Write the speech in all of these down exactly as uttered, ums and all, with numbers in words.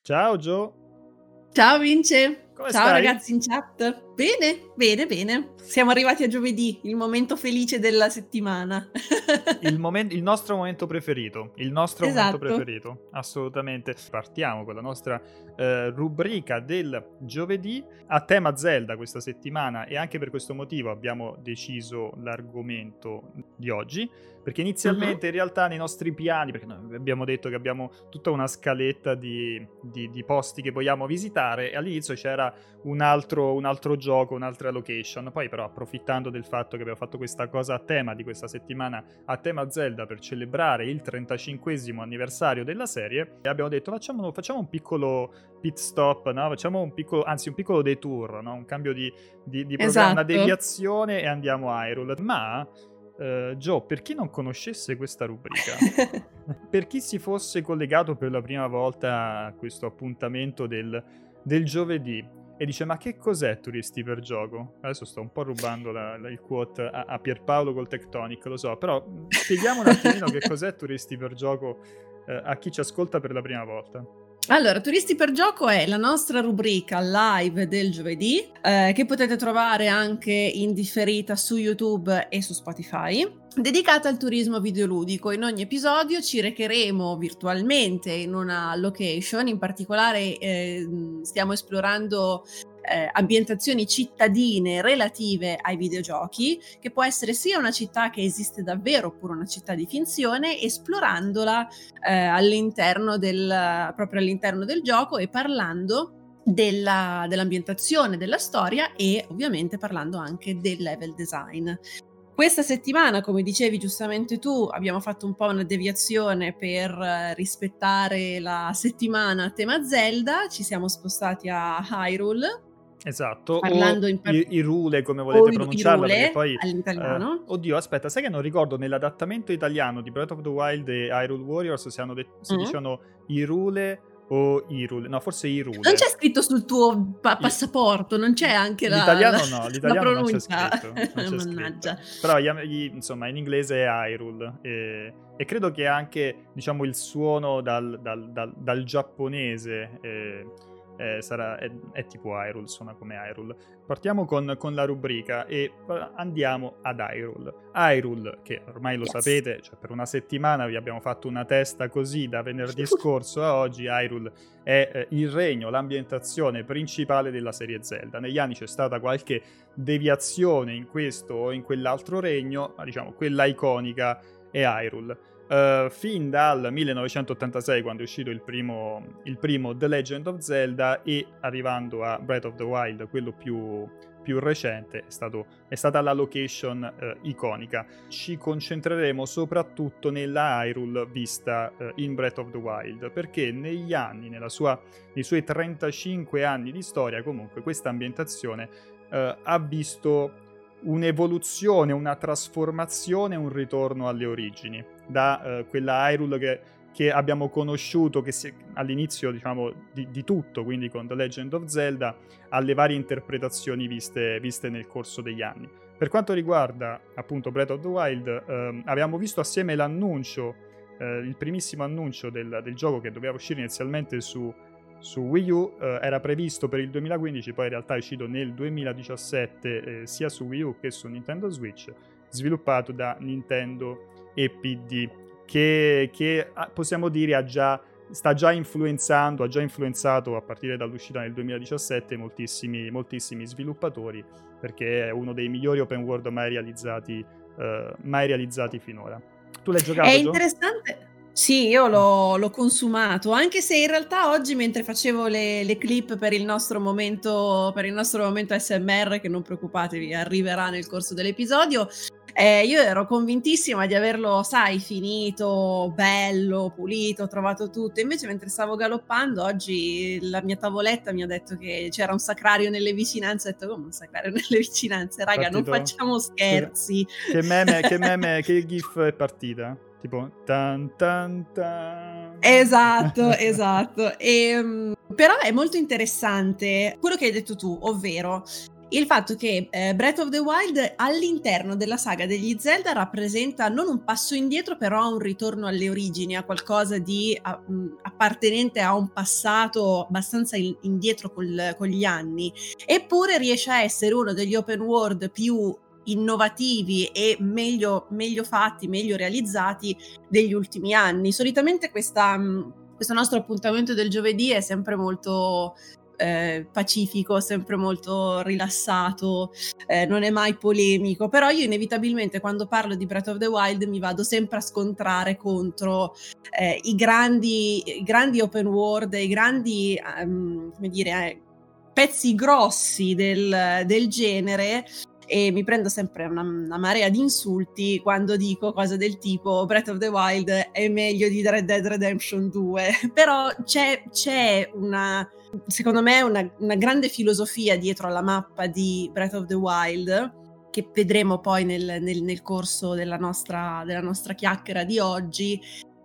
Ciao Gio. Ciao Vince. Come Ciao stai? ragazzi in chat. Bene, bene, bene. Siamo arrivati a giovedì, il momento felice della settimana. Il momen- il nostro momento preferito, il nostro momento Esatto. preferito, assolutamente. Partiamo con la nostra eh, rubrica del giovedì a tema Zelda questa settimana, e anche per questo motivo abbiamo deciso l'argomento di oggi, perché inizialmente Mhm. in realtà nei nostri piani, perché noi abbiamo detto che abbiamo tutta una scaletta di, di- di posti che vogliamo visitare, e all'inizio c'era un altro, un altro gioco, un'altra location. Poi però, approfittando del fatto che abbiamo fatto questa cosa a tema di questa settimana, a tema Zelda, per celebrare il trentacinquesimo anniversario della serie, abbiamo detto facciamo, facciamo un piccolo pit stop, no? Facciamo un piccolo, anzi un piccolo detour, no? Un cambio di, di, di programma, una Esatto. deviazione, e andiamo a Hyrule. Ma Uh, Joe, per chi non conoscesse questa rubrica, per chi si fosse collegato per la prima volta a questo appuntamento del, del giovedì e dice ma che cos'è Turisti per Gioco? Adesso sto un po' rubando la, la, il quote a, a Pierpaolo col Tectonic, lo so, però spieghiamo un attimino che cos'è Turisti per Gioco eh, a chi ci ascolta per la prima volta. Allora, Turisti per Gioco è la nostra rubrica live del giovedì, eh, che potete trovare anche in differita su YouTube e su Spotify, dedicata al turismo videoludico. In ogni episodio ci recheremo virtualmente in una location, in particolare eh, stiamo esplorando eh, ambientazioni cittadine relative ai videogiochi, che può essere sia una città che esiste davvero oppure una città di finzione, esplorandola eh, all'interno del, proprio all'interno del gioco e parlando della, dell'ambientazione, della storia e ovviamente parlando anche del level design. Questa settimana, come dicevi giustamente tu, abbiamo fatto un po' una deviazione per rispettare la settimana a tema Zelda, ci siamo spostati a Hyrule. Esatto, Parlando o in par- Irule come volete o pronunciarla, Irule, perché poi all'italiano. uh, oddio, aspetta, sai che non ricordo nell'adattamento italiano di Breath of the Wild e Hyrule Warriors se, hanno de- se Mm. dicevano Irule o Irule, no, forse Irule. Non c'è scritto sul tuo pa- passaporto, non c'è anche la, l'italiano la, no, l'italiano la non c'è pronuncia. scritto, non c'è Mannaggia. scritto. Però gli, gli, insomma in inglese è Hyrule e, e credo che anche diciamo il suono dal, dal, dal, dal giapponese eh, eh, sarà, è, è tipo Hyrule, suona come Hyrule. Partiamo con, con la rubrica e andiamo ad Hyrule. Hyrule, che ormai lo yes. sapete, cioè per una settimana vi abbiamo fatto una testa così da venerdì scorso a oggi. Hyrule è eh, il regno, l'ambientazione principale della serie Zelda. Negli anni c'è stata qualche deviazione in questo o in quell'altro regno, ma diciamo quella iconica è Hyrule. Uh, fin dal millenovecentottantasei, quando è uscito il primo, il primo The Legend of Zelda, e arrivando a Breath of the Wild, quello più, più recente, è, stato, è stata la location uh, iconica. Ci concentreremo soprattutto nella Hyrule vista uh, in Breath of the Wild, perché negli anni, nella sua, nei suoi trentacinque anni di storia, comunque questa ambientazione uh, ha visto un'evoluzione, una trasformazione, un ritorno alle origini, da uh, quella Hyrule che, che abbiamo conosciuto, che si, all'inizio diciamo di, di tutto, quindi con The Legend of Zelda, alle varie interpretazioni viste, viste nel corso degli anni. Per quanto riguarda appunto Breath of the Wild, um, abbiamo visto assieme l'annuncio, uh, il primissimo annuncio del, del gioco, che doveva uscire inizialmente su Su Wii U, eh, era previsto per il duemilaquindici, poi in realtà è uscito nel duemiladiciassette eh, sia su Wii U che su Nintendo Switch, sviluppato da Nintendo E P D, che, che possiamo dire ha già, sta già influenzando, ha già influenzato a partire dall'uscita nel duemiladiciassette moltissimi, moltissimi sviluppatori, perché è uno dei migliori open world mai realizzati, eh, mai realizzati finora. Tu l'hai giocato, È Gio? interessante. Sì, io l'ho, l'ho consumato, anche se in realtà oggi, mentre facevo le, le clip per il nostro momento per il nostro momento A S M R, che non preoccupatevi, arriverà nel corso dell'episodio, eh, io ero convintissima di averlo, sai, finito, bello, pulito, trovato tutto. Invece mentre stavo galoppando oggi la mia tavoletta mi ha detto che c'era un sacrario nelle vicinanze. Ho detto, come un sacrario nelle vicinanze? Raga, Partito... non facciamo scherzi. Che meme, che meme, che gif è partita? Tipo tan tan tan. Esatto, esatto. E, um, però è molto interessante quello che hai detto tu, ovvero il fatto che eh, Breath of the Wild all'interno della saga degli Zelda rappresenta non un passo indietro, però un ritorno alle origini, a qualcosa di a, mh, appartenente a un passato abbastanza in, indietro col, con gli anni, eppure riesce a essere uno degli open world più innovativi e meglio, meglio fatti, meglio realizzati degli ultimi anni. Solitamente questa, mh, questo nostro appuntamento del giovedì è sempre molto Eh, pacifico, sempre molto rilassato, eh, non è mai polemico, però io inevitabilmente quando parlo di Breath of the Wild mi vado sempre a scontrare contro eh, i grandi i grandi open world, i grandi um, come dire eh, pezzi grossi del, del genere, e mi prendo sempre una, una marea di insulti quando dico cose del tipo Breath of the Wild è meglio di Red Dead Redemption due, però c'è, c'è una, secondo me, una, una grande filosofia dietro alla mappa di Breath of the Wild, che vedremo poi nel, nel, nel corso della nostra, della nostra chiacchiera di oggi,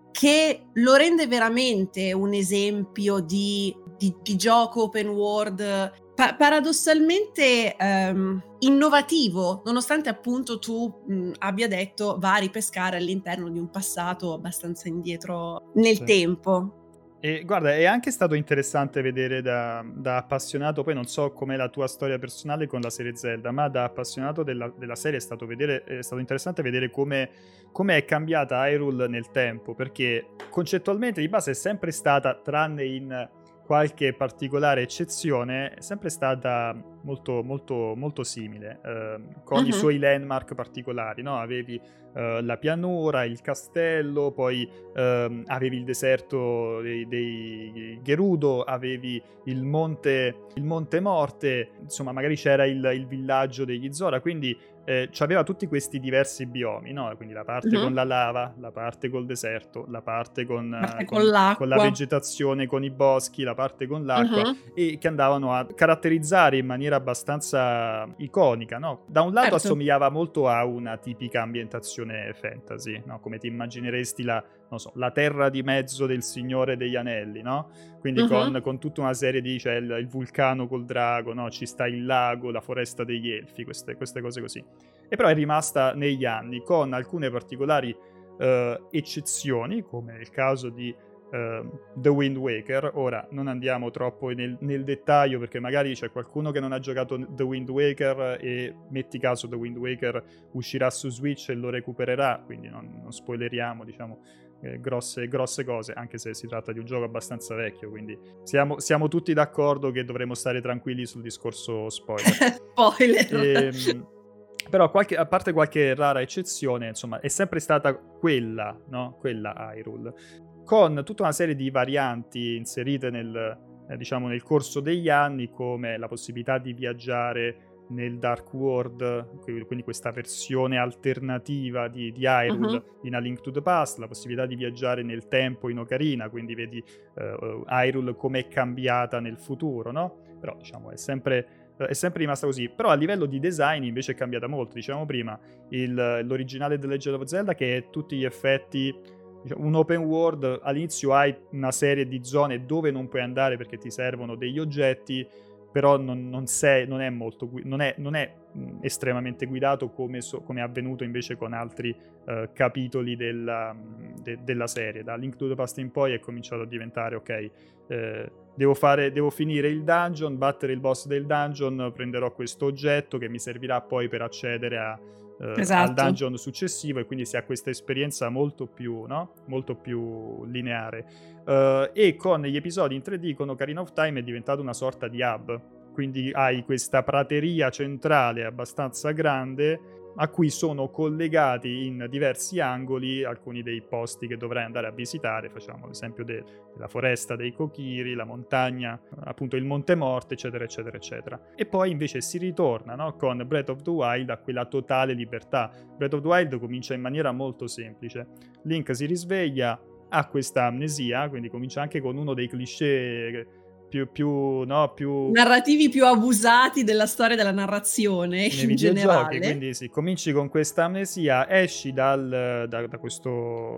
che lo rende veramente un esempio di, di, di gioco open world Pa- paradossalmente um, innovativo, nonostante appunto tu mh, abbia detto va a ripescare all'interno di un passato abbastanza indietro nel sì. tempo. E guarda, è anche stato interessante vedere da, da appassionato, poi non so com'è la tua storia personale con la serie Zelda, ma da appassionato della, della serie è stato, vedere, è stato interessante vedere come, come è cambiata Hyrule nel tempo, perché concettualmente di base è sempre stata, tranne in qualche particolare eccezione, è sempre stata molto molto molto simile, eh, con uh-huh. i suoi landmark particolari, no? Avevi eh, la pianura, il castello, poi eh, avevi il deserto dei, dei Gerudo, avevi il monte il monte Morte, insomma magari c'era il, il villaggio degli Zora, quindi eh, c'aveva tutti questi diversi biomi, no? Quindi la parte uh-huh. con la lava, la parte col deserto, la parte con, parte con, con, con la vegetazione, con i boschi, la parte con l'acqua, uh-huh. e che andavano a caratterizzare in maniera abbastanza iconica, no? Da un lato certo. assomigliava molto a una tipica ambientazione fantasy, no? Come ti immagineresti la, non so, la terra di mezzo del Signore degli Anelli, no? Quindi uh-huh. con, con tutta una serie di, cioè il, il vulcano col drago, no? Ci sta il lago, la foresta degli elfi, queste, queste cose così. E però è rimasta negli anni, con alcune particolari uh, eccezioni, come nel caso di uh, The Wind Waker. Ora non andiamo troppo nel, nel dettaglio, perché magari c'è qualcuno che non ha giocato The Wind Waker e metti caso The Wind Waker uscirà su Switch e lo recupererà, quindi non, non spoileriamo, diciamo, eh, grosse, grosse cose, anche se si tratta di un gioco abbastanza vecchio, quindi siamo, siamo tutti d'accordo che dovremmo stare tranquilli sul discorso spoiler. Spoiler! E, però qualche, a parte qualche rara eccezione, insomma, è sempre stata quella, no? Quella Hyrule, con tutta una serie di varianti inserite nel, eh, diciamo, nel corso degli anni, come la possibilità di viaggiare nel Dark World, quindi questa versione alternativa di, di Hyrule uh-huh. in A Link to the Past, la possibilità di viaggiare nel tempo in Ocarina, quindi vedi uh, Hyrule com'è cambiata nel futuro, no? Però diciamo è sempre... è sempre rimasta così, però a livello di design invece è cambiata molto. Dicevamo prima, il, l'originale The Legend of Zelda, che è tutti gli effetti, diciamo, un open world. All'inizio hai una serie di zone dove non puoi andare perché ti servono degli oggetti, però non, non, sei, non è molto non è, non è mh, estremamente guidato come, so, come è avvenuto invece con altri uh, capitoli della, de, della serie. Da Link to the Past in poi è cominciato a diventare ok, eh, devo fare devo finire il dungeon, battere il boss del dungeon, prenderò questo oggetto che mi servirà poi per accedere a, uh, esatto. al dungeon successivo, e quindi si ha questa esperienza molto più, no? molto più lineare. Uh, e con gli episodi in tre D con Ocarina of Time è diventato una sorta di hub, quindi hai questa prateria centrale abbastanza grande a cui sono collegati in diversi angoli alcuni dei posti che dovrai andare a visitare. Facciamo l'esempio de- della foresta dei Kokiri, la montagna, appunto il Monte Morte, eccetera eccetera eccetera. E poi invece si ritorna, no, con Breath of the Wild a quella totale libertà. Breath of the Wild comincia in maniera molto semplice: Link si risveglia, ha questa amnesia, quindi comincia anche con uno dei cliché più, più, no, più narrativi più abusati della storia della narrazione nei in videogiochi. generale. Quindi sì, cominci con questa amnesia, esci dal, da, da questo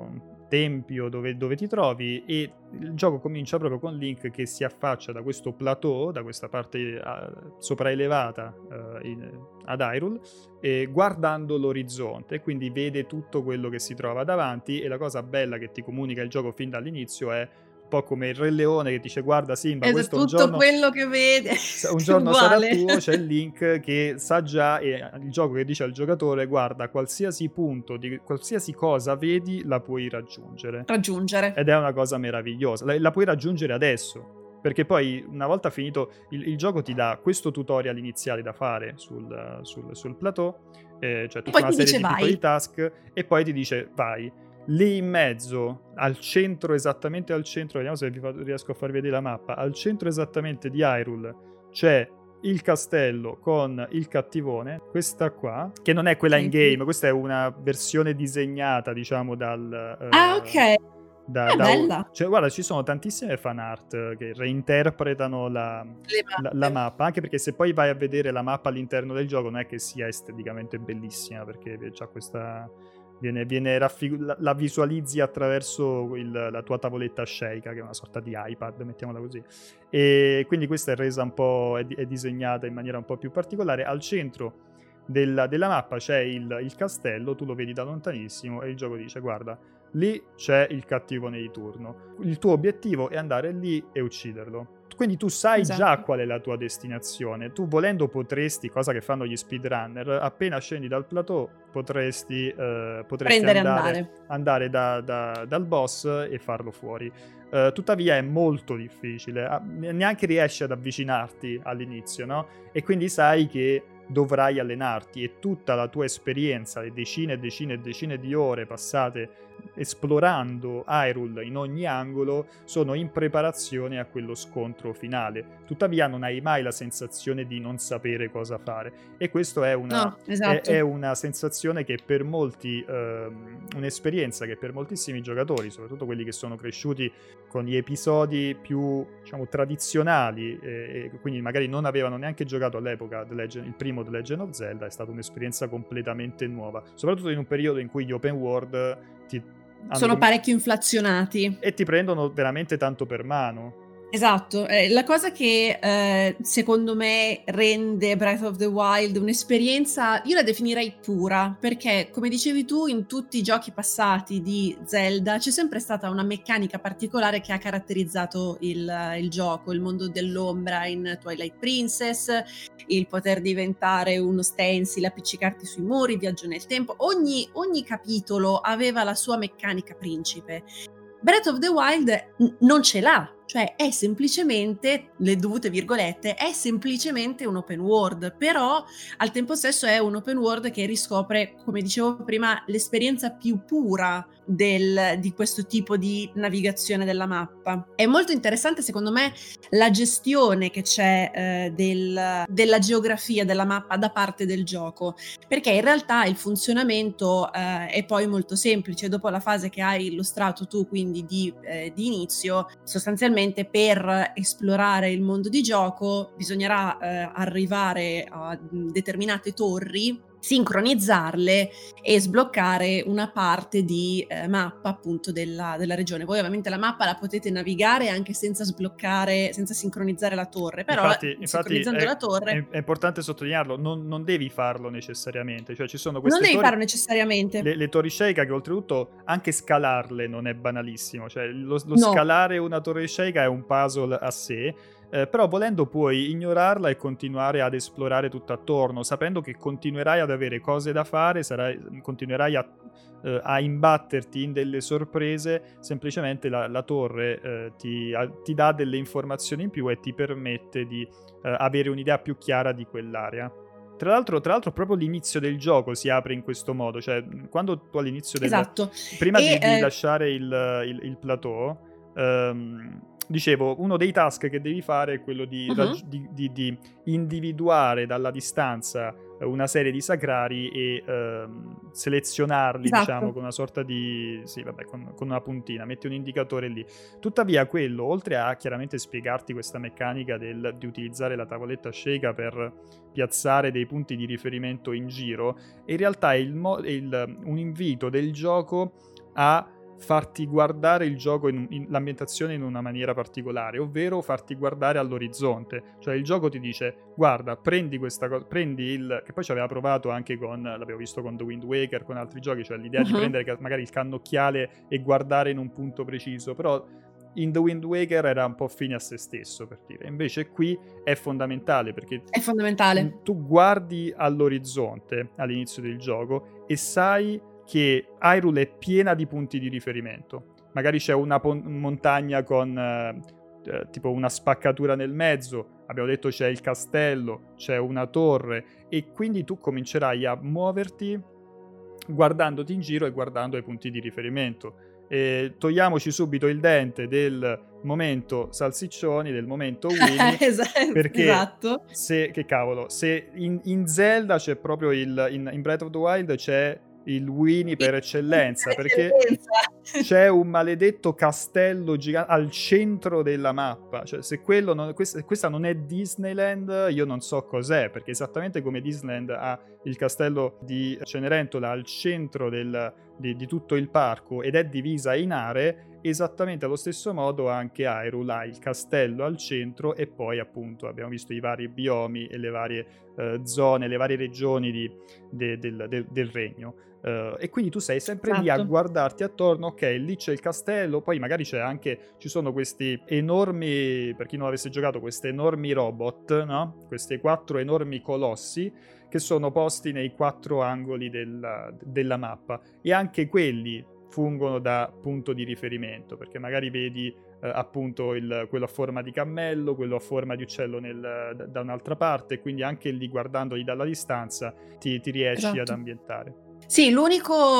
tempio dove, dove ti trovi, e il gioco comincia proprio con Link che si affaccia da questo plateau, da questa parte uh, sopraelevata uh, in, ad Hyrule, e guardando l'orizzonte, quindi vede tutto quello che si trova davanti. E la cosa bella che ti comunica il gioco fin dall'inizio è un po' come il Re Leone che dice: guarda Simba, Ed è questo un tutto giorno, quello che vede un giorno sarà uguale. tuo. C'è il Link che sa già, e il gioco che dice al giocatore: guarda, qualsiasi punto di qualsiasi cosa vedi la puoi raggiungere. Raggiungere. Ed è una cosa meravigliosa, la, la puoi raggiungere adesso, perché poi una volta finito il, il gioco ti dà questo tutorial iniziale da fare sul, sul, sul plateau, eh, cioè tutta Poi una ti serie dice di vai. piccoli task, e poi ti dice vai. Lì in mezzo, al centro, esattamente al centro, vediamo se vi fa, riesco a farvi vedere la mappa, al centro esattamente di Hyrule c'è il castello con il cattivone, questa qua, che non è quella Sì, in sì. game, questa è una versione disegnata, diciamo, dal... Ah, eh, ok. Da, È da, bella. cioè, guarda, ci sono tantissime fan art che reinterpretano la, la, la mappa, anche perché se poi vai a vedere la mappa all'interno del gioco non è che sia esteticamente bellissima, perché c'ha questa... Viene, viene raffigu- la, la visualizzi attraverso il, la tua tavoletta Sheikah, che è una sorta di iPad, mettiamola così. E quindi questa è resa un po', è, è disegnata in maniera un po' più particolare. Al centro della, della mappa c'è il, il castello, tu lo vedi da lontanissimo e il gioco dice: guarda, lì c'è il cattivone di turno, il tuo obiettivo è andare lì e ucciderlo. Quindi tu sai Esatto. già qual è la tua destinazione. Tu volendo potresti, cosa che fanno gli speedrunner, appena scendi dal plateau potresti, eh, potresti Prendere andare, andare. andare da, da, dal boss e farlo fuori. Uh, tuttavia è molto difficile, neanche riesci ad avvicinarti all'inizio, no? E quindi sai che dovrai allenarti, e tutta la tua esperienza, le decine e decine e decine di ore passate esplorando Hyrule in ogni angolo, sono in preparazione a quello scontro finale. Tuttavia non hai mai la sensazione di non sapere cosa fare, e questo è una, no, esatto. è, è una sensazione che per molti, ehm, un'esperienza che per moltissimi giocatori, soprattutto quelli che sono cresciuti con gli episodi più, diciamo, tradizionali, e, e quindi magari non avevano neanche giocato all'epoca The Legend, il primo The Legend of Zelda, è stata un'esperienza completamente nuova, soprattutto in un periodo in cui gli open world ti sono com- parecchio inflazionati e ti prendono veramente tanto per mano. Esatto, eh, la cosa che eh, secondo me rende Breath of the Wild un'esperienza, io la definirei pura, perché come dicevi tu, in tutti i giochi passati di Zelda c'è sempre stata una meccanica particolare che ha caratterizzato il, il gioco, il mondo dell'ombra in Twilight Princess, il poter diventare uno stencil, appiccicarti sui muri, viaggio nel tempo, ogni, ogni capitolo aveva la sua meccanica principe. Breath of the Wild n- non ce l'ha, cioè è semplicemente, le dovute virgolette, è semplicemente un open world, però al tempo stesso è un open world che riscopre, come dicevo prima, l'esperienza più pura del, di questo tipo di navigazione della mappa. È molto interessante secondo me la gestione che c'è eh, del, della geografia della mappa da parte del gioco, perché in realtà il funzionamento eh, è poi molto semplice. Dopo la fase che hai illustrato tu, quindi di, eh, di inizio, sostanzialmente per esplorare il mondo di gioco bisognerà eh, arrivare a determinate torri, sincronizzarle e sbloccare una parte di eh, mappa appunto della, della regione. Voi ovviamente la mappa la potete navigare anche senza sbloccare, senza sincronizzare la torre, però infatti, infatti sincronizzando è, la torre è, è importante sottolinearlo, non, non devi farlo necessariamente, cioè ci sono non queste devi torri, farlo necessariamente. le, le torri Sheikah, che oltretutto anche scalarle non è banalissimo, cioè lo, lo No. scalare una torre Sheikah è un puzzle a sé. Eh, però volendo puoi ignorarla e continuare ad esplorare tutto attorno, sapendo che continuerai ad avere cose da fare, sarai, continuerai a, eh, a imbatterti in delle sorprese. Semplicemente la, la torre eh, ti, a, ti dà delle informazioni in più e ti permette di eh, avere un'idea più chiara di quell'area. Tra l'altro, tra l'altro proprio l'inizio del gioco si apre in questo modo, cioè quando tu all'inizio del... Esatto. Prima e, di, di eh... lasciare il, il, il plateau, ehm, dicevo, uno dei task che devi fare è quello di, uh-huh. raggi- di, di, di individuare dalla distanza una serie di sacrari e ehm, selezionarli, esatto. diciamo, con una sorta di... sì, vabbè, con, con una puntina, metti un indicatore lì. Tuttavia quello, oltre a chiaramente spiegarti questa meccanica del, di utilizzare la tavoletta Sheikah per piazzare dei punti di riferimento in giro, in realtà è, il mo- è il, un invito del gioco a farti guardare il gioco, in, in, l'ambientazione in una maniera particolare, ovvero farti guardare all'orizzonte. Cioè il gioco ti dice: guarda, prendi questa cosa, prendi il... che poi ci aveva provato anche con, l'avevo visto con The Wind Waker, con altri giochi, cioè l'idea uh-huh. di prendere magari il cannocchiale e guardare in un punto preciso, però in The Wind Waker era un po' fine a se stesso, per dire. Invece qui è fondamentale, perché è fondamentale. Tu guardi all'orizzonte all'inizio del gioco e sai che Hyrule è piena di punti di riferimento. Magari c'è una pon- montagna con eh, eh, tipo una spaccatura nel mezzo, abbiamo detto c'è il castello, c'è una torre, e quindi tu comincerai a muoverti guardandoti in giro e guardando i punti di riferimento. E togliamoci subito il dente del momento salsiccioni, del momento Winnie, esatto, perché esatto. se, che cavolo, se in, in Zelda c'è proprio il, in, in Breath of the Wild c'è il Winnie per eccellenza, perché c'è un maledetto castello gigante al centro della mappa. Cioè, se quello non, questa, questa non è Disneyland, io non so cos'è, perché esattamente come Disneyland ha il castello di Cenerentola al centro del, di, di tutto il parco ed è divisa in aree, esattamente allo stesso modo anche Hyrule ha il castello al centro e poi appunto abbiamo visto i vari biomi e le varie uh, zone, le varie regioni di, de, del, del, del regno. Uh, e quindi tu sei sempre esatto. lì a guardarti attorno, ok, lì c'è il castello, poi magari c'è anche, ci sono questi enormi, per chi non avesse giocato, questi enormi robot, no? Questi quattro enormi colossi che sono posti nei quattro angoli della, della mappa, e anche quelli fungono da punto di riferimento, perché magari vedi eh, appunto il, quello a forma di cammello, quello a forma di uccello nel, da, da un'altra parte, e quindi anche lì guardandoli dalla distanza ti, ti riesci esatto. ad ambientare. Sì, l'unico,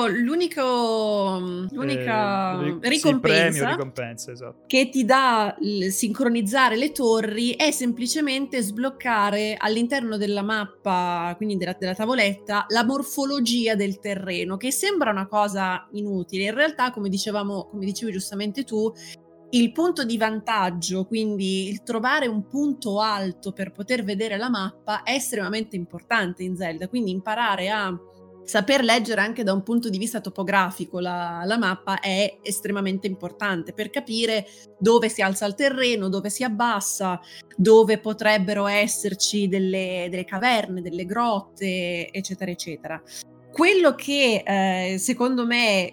l'unico l'unica eh, ricompensa, sì, premio, ricompensa esatto. che ti dà il sincronizzare le torri è semplicemente sbloccare all'interno della mappa, quindi della, della tavoletta, la morfologia del terreno, che sembra una cosa inutile. In realtà, come dicevamo, come dicevi giustamente tu, il punto di vantaggio, quindi il trovare un punto alto per poter vedere la mappa, è estremamente importante in Zelda, quindi imparare a saper leggere anche da un punto di vista topografico la, la mappa è estremamente importante per capire dove si alza il terreno, dove si abbassa, dove potrebbero esserci delle, delle caverne, delle grotte, eccetera, eccetera. Quello che eh, secondo me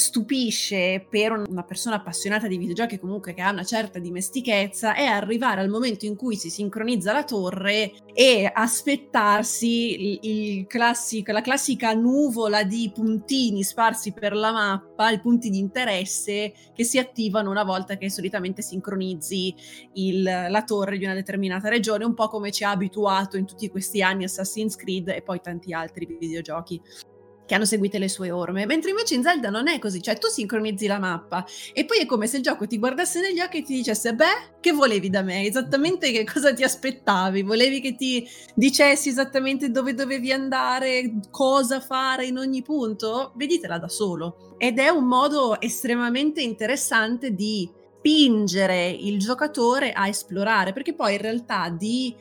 stupisce per una persona appassionata di videogiochi, comunque che ha una certa dimestichezza, è arrivare al momento in cui si sincronizza la torre e aspettarsi il, il classico, la classica nuvola di puntini sparsi per la mappa, i punti di interesse che si attivano una volta che solitamente sincronizzi il, la torre di una determinata regione, un po' come ci ha abituato in tutti questi anni Assassin's Creed e poi tanti altri videogiochi che hanno seguito le sue orme, mentre invece in Zelda non è così, cioè tu sincronizzi la mappa e poi è come se il gioco ti guardasse negli occhi e ti dicesse: beh, che volevi da me? Esattamente che cosa ti aspettavi? Volevi che ti dicessi esattamente dove dovevi andare, cosa fare in ogni punto? Veditela da solo. Ed è un modo estremamente interessante di spingere il giocatore a esplorare, perché poi in realtà di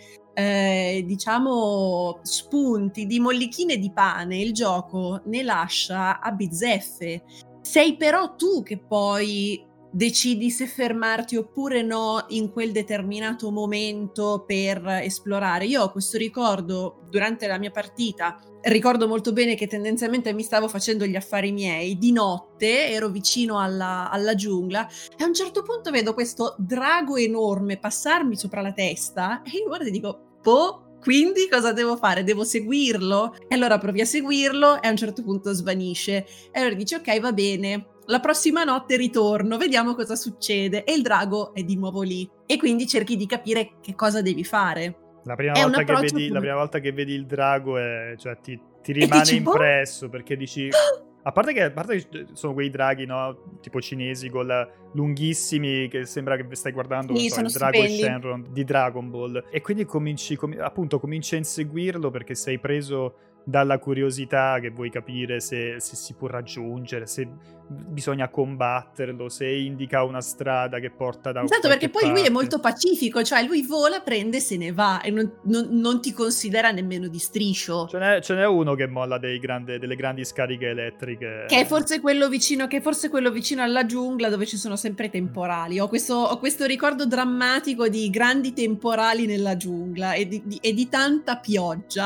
Eh, diciamo spunti, di mollichine di pane il gioco ne lascia a bizzeffe. Sei però tu che poi decidi se fermarti oppure no in quel determinato momento per esplorare. Io ho questo ricordo durante la mia partita, ricordo molto bene che tendenzialmente mi stavo facendo gli affari miei, di notte ero vicino alla, alla giungla e a un certo punto vedo questo drago enorme passarmi sopra la testa e io guardo e dico: boh, quindi cosa devo fare? Devo seguirlo? E allora provi a seguirlo e a un certo punto svanisce e allora dici: ok, va bene, la prossima notte ritorno, vediamo cosa succede, e il drago è di nuovo lì e quindi cerchi di capire che cosa devi fare. La prima, volta che, vedi, come... la prima volta che vedi il drago è, cioè, ti, ti rimane dici, impresso boh? Perché dici... A parte, che, a parte che sono quei draghi, no? Tipo cinesi, con la, lunghissimi, che sembra che stai guardando sì, so, il drago Shenron di Dragon Ball. E quindi cominci, com- appunto, cominci a inseguirlo perché sei preso dalla curiosità che vuoi capire se, se si può raggiungere, se bisogna combatterlo, se indica una strada che porta da esatto, qualche perché poi lui è parte. molto pacifico, cioè lui vola, prende e se ne va e non, non- non ti considera nemmeno di striscio. Ce n'è, ce n'è uno che molla dei grande- delle grandi scariche elettriche. Che è forse quello vicino, che è forse quello vicino alla giungla dove ci sono sempre i temporali. Ho questo, ho questo ricordo drammatico di grandi temporali nella giungla e di, di- e di tanta pioggia.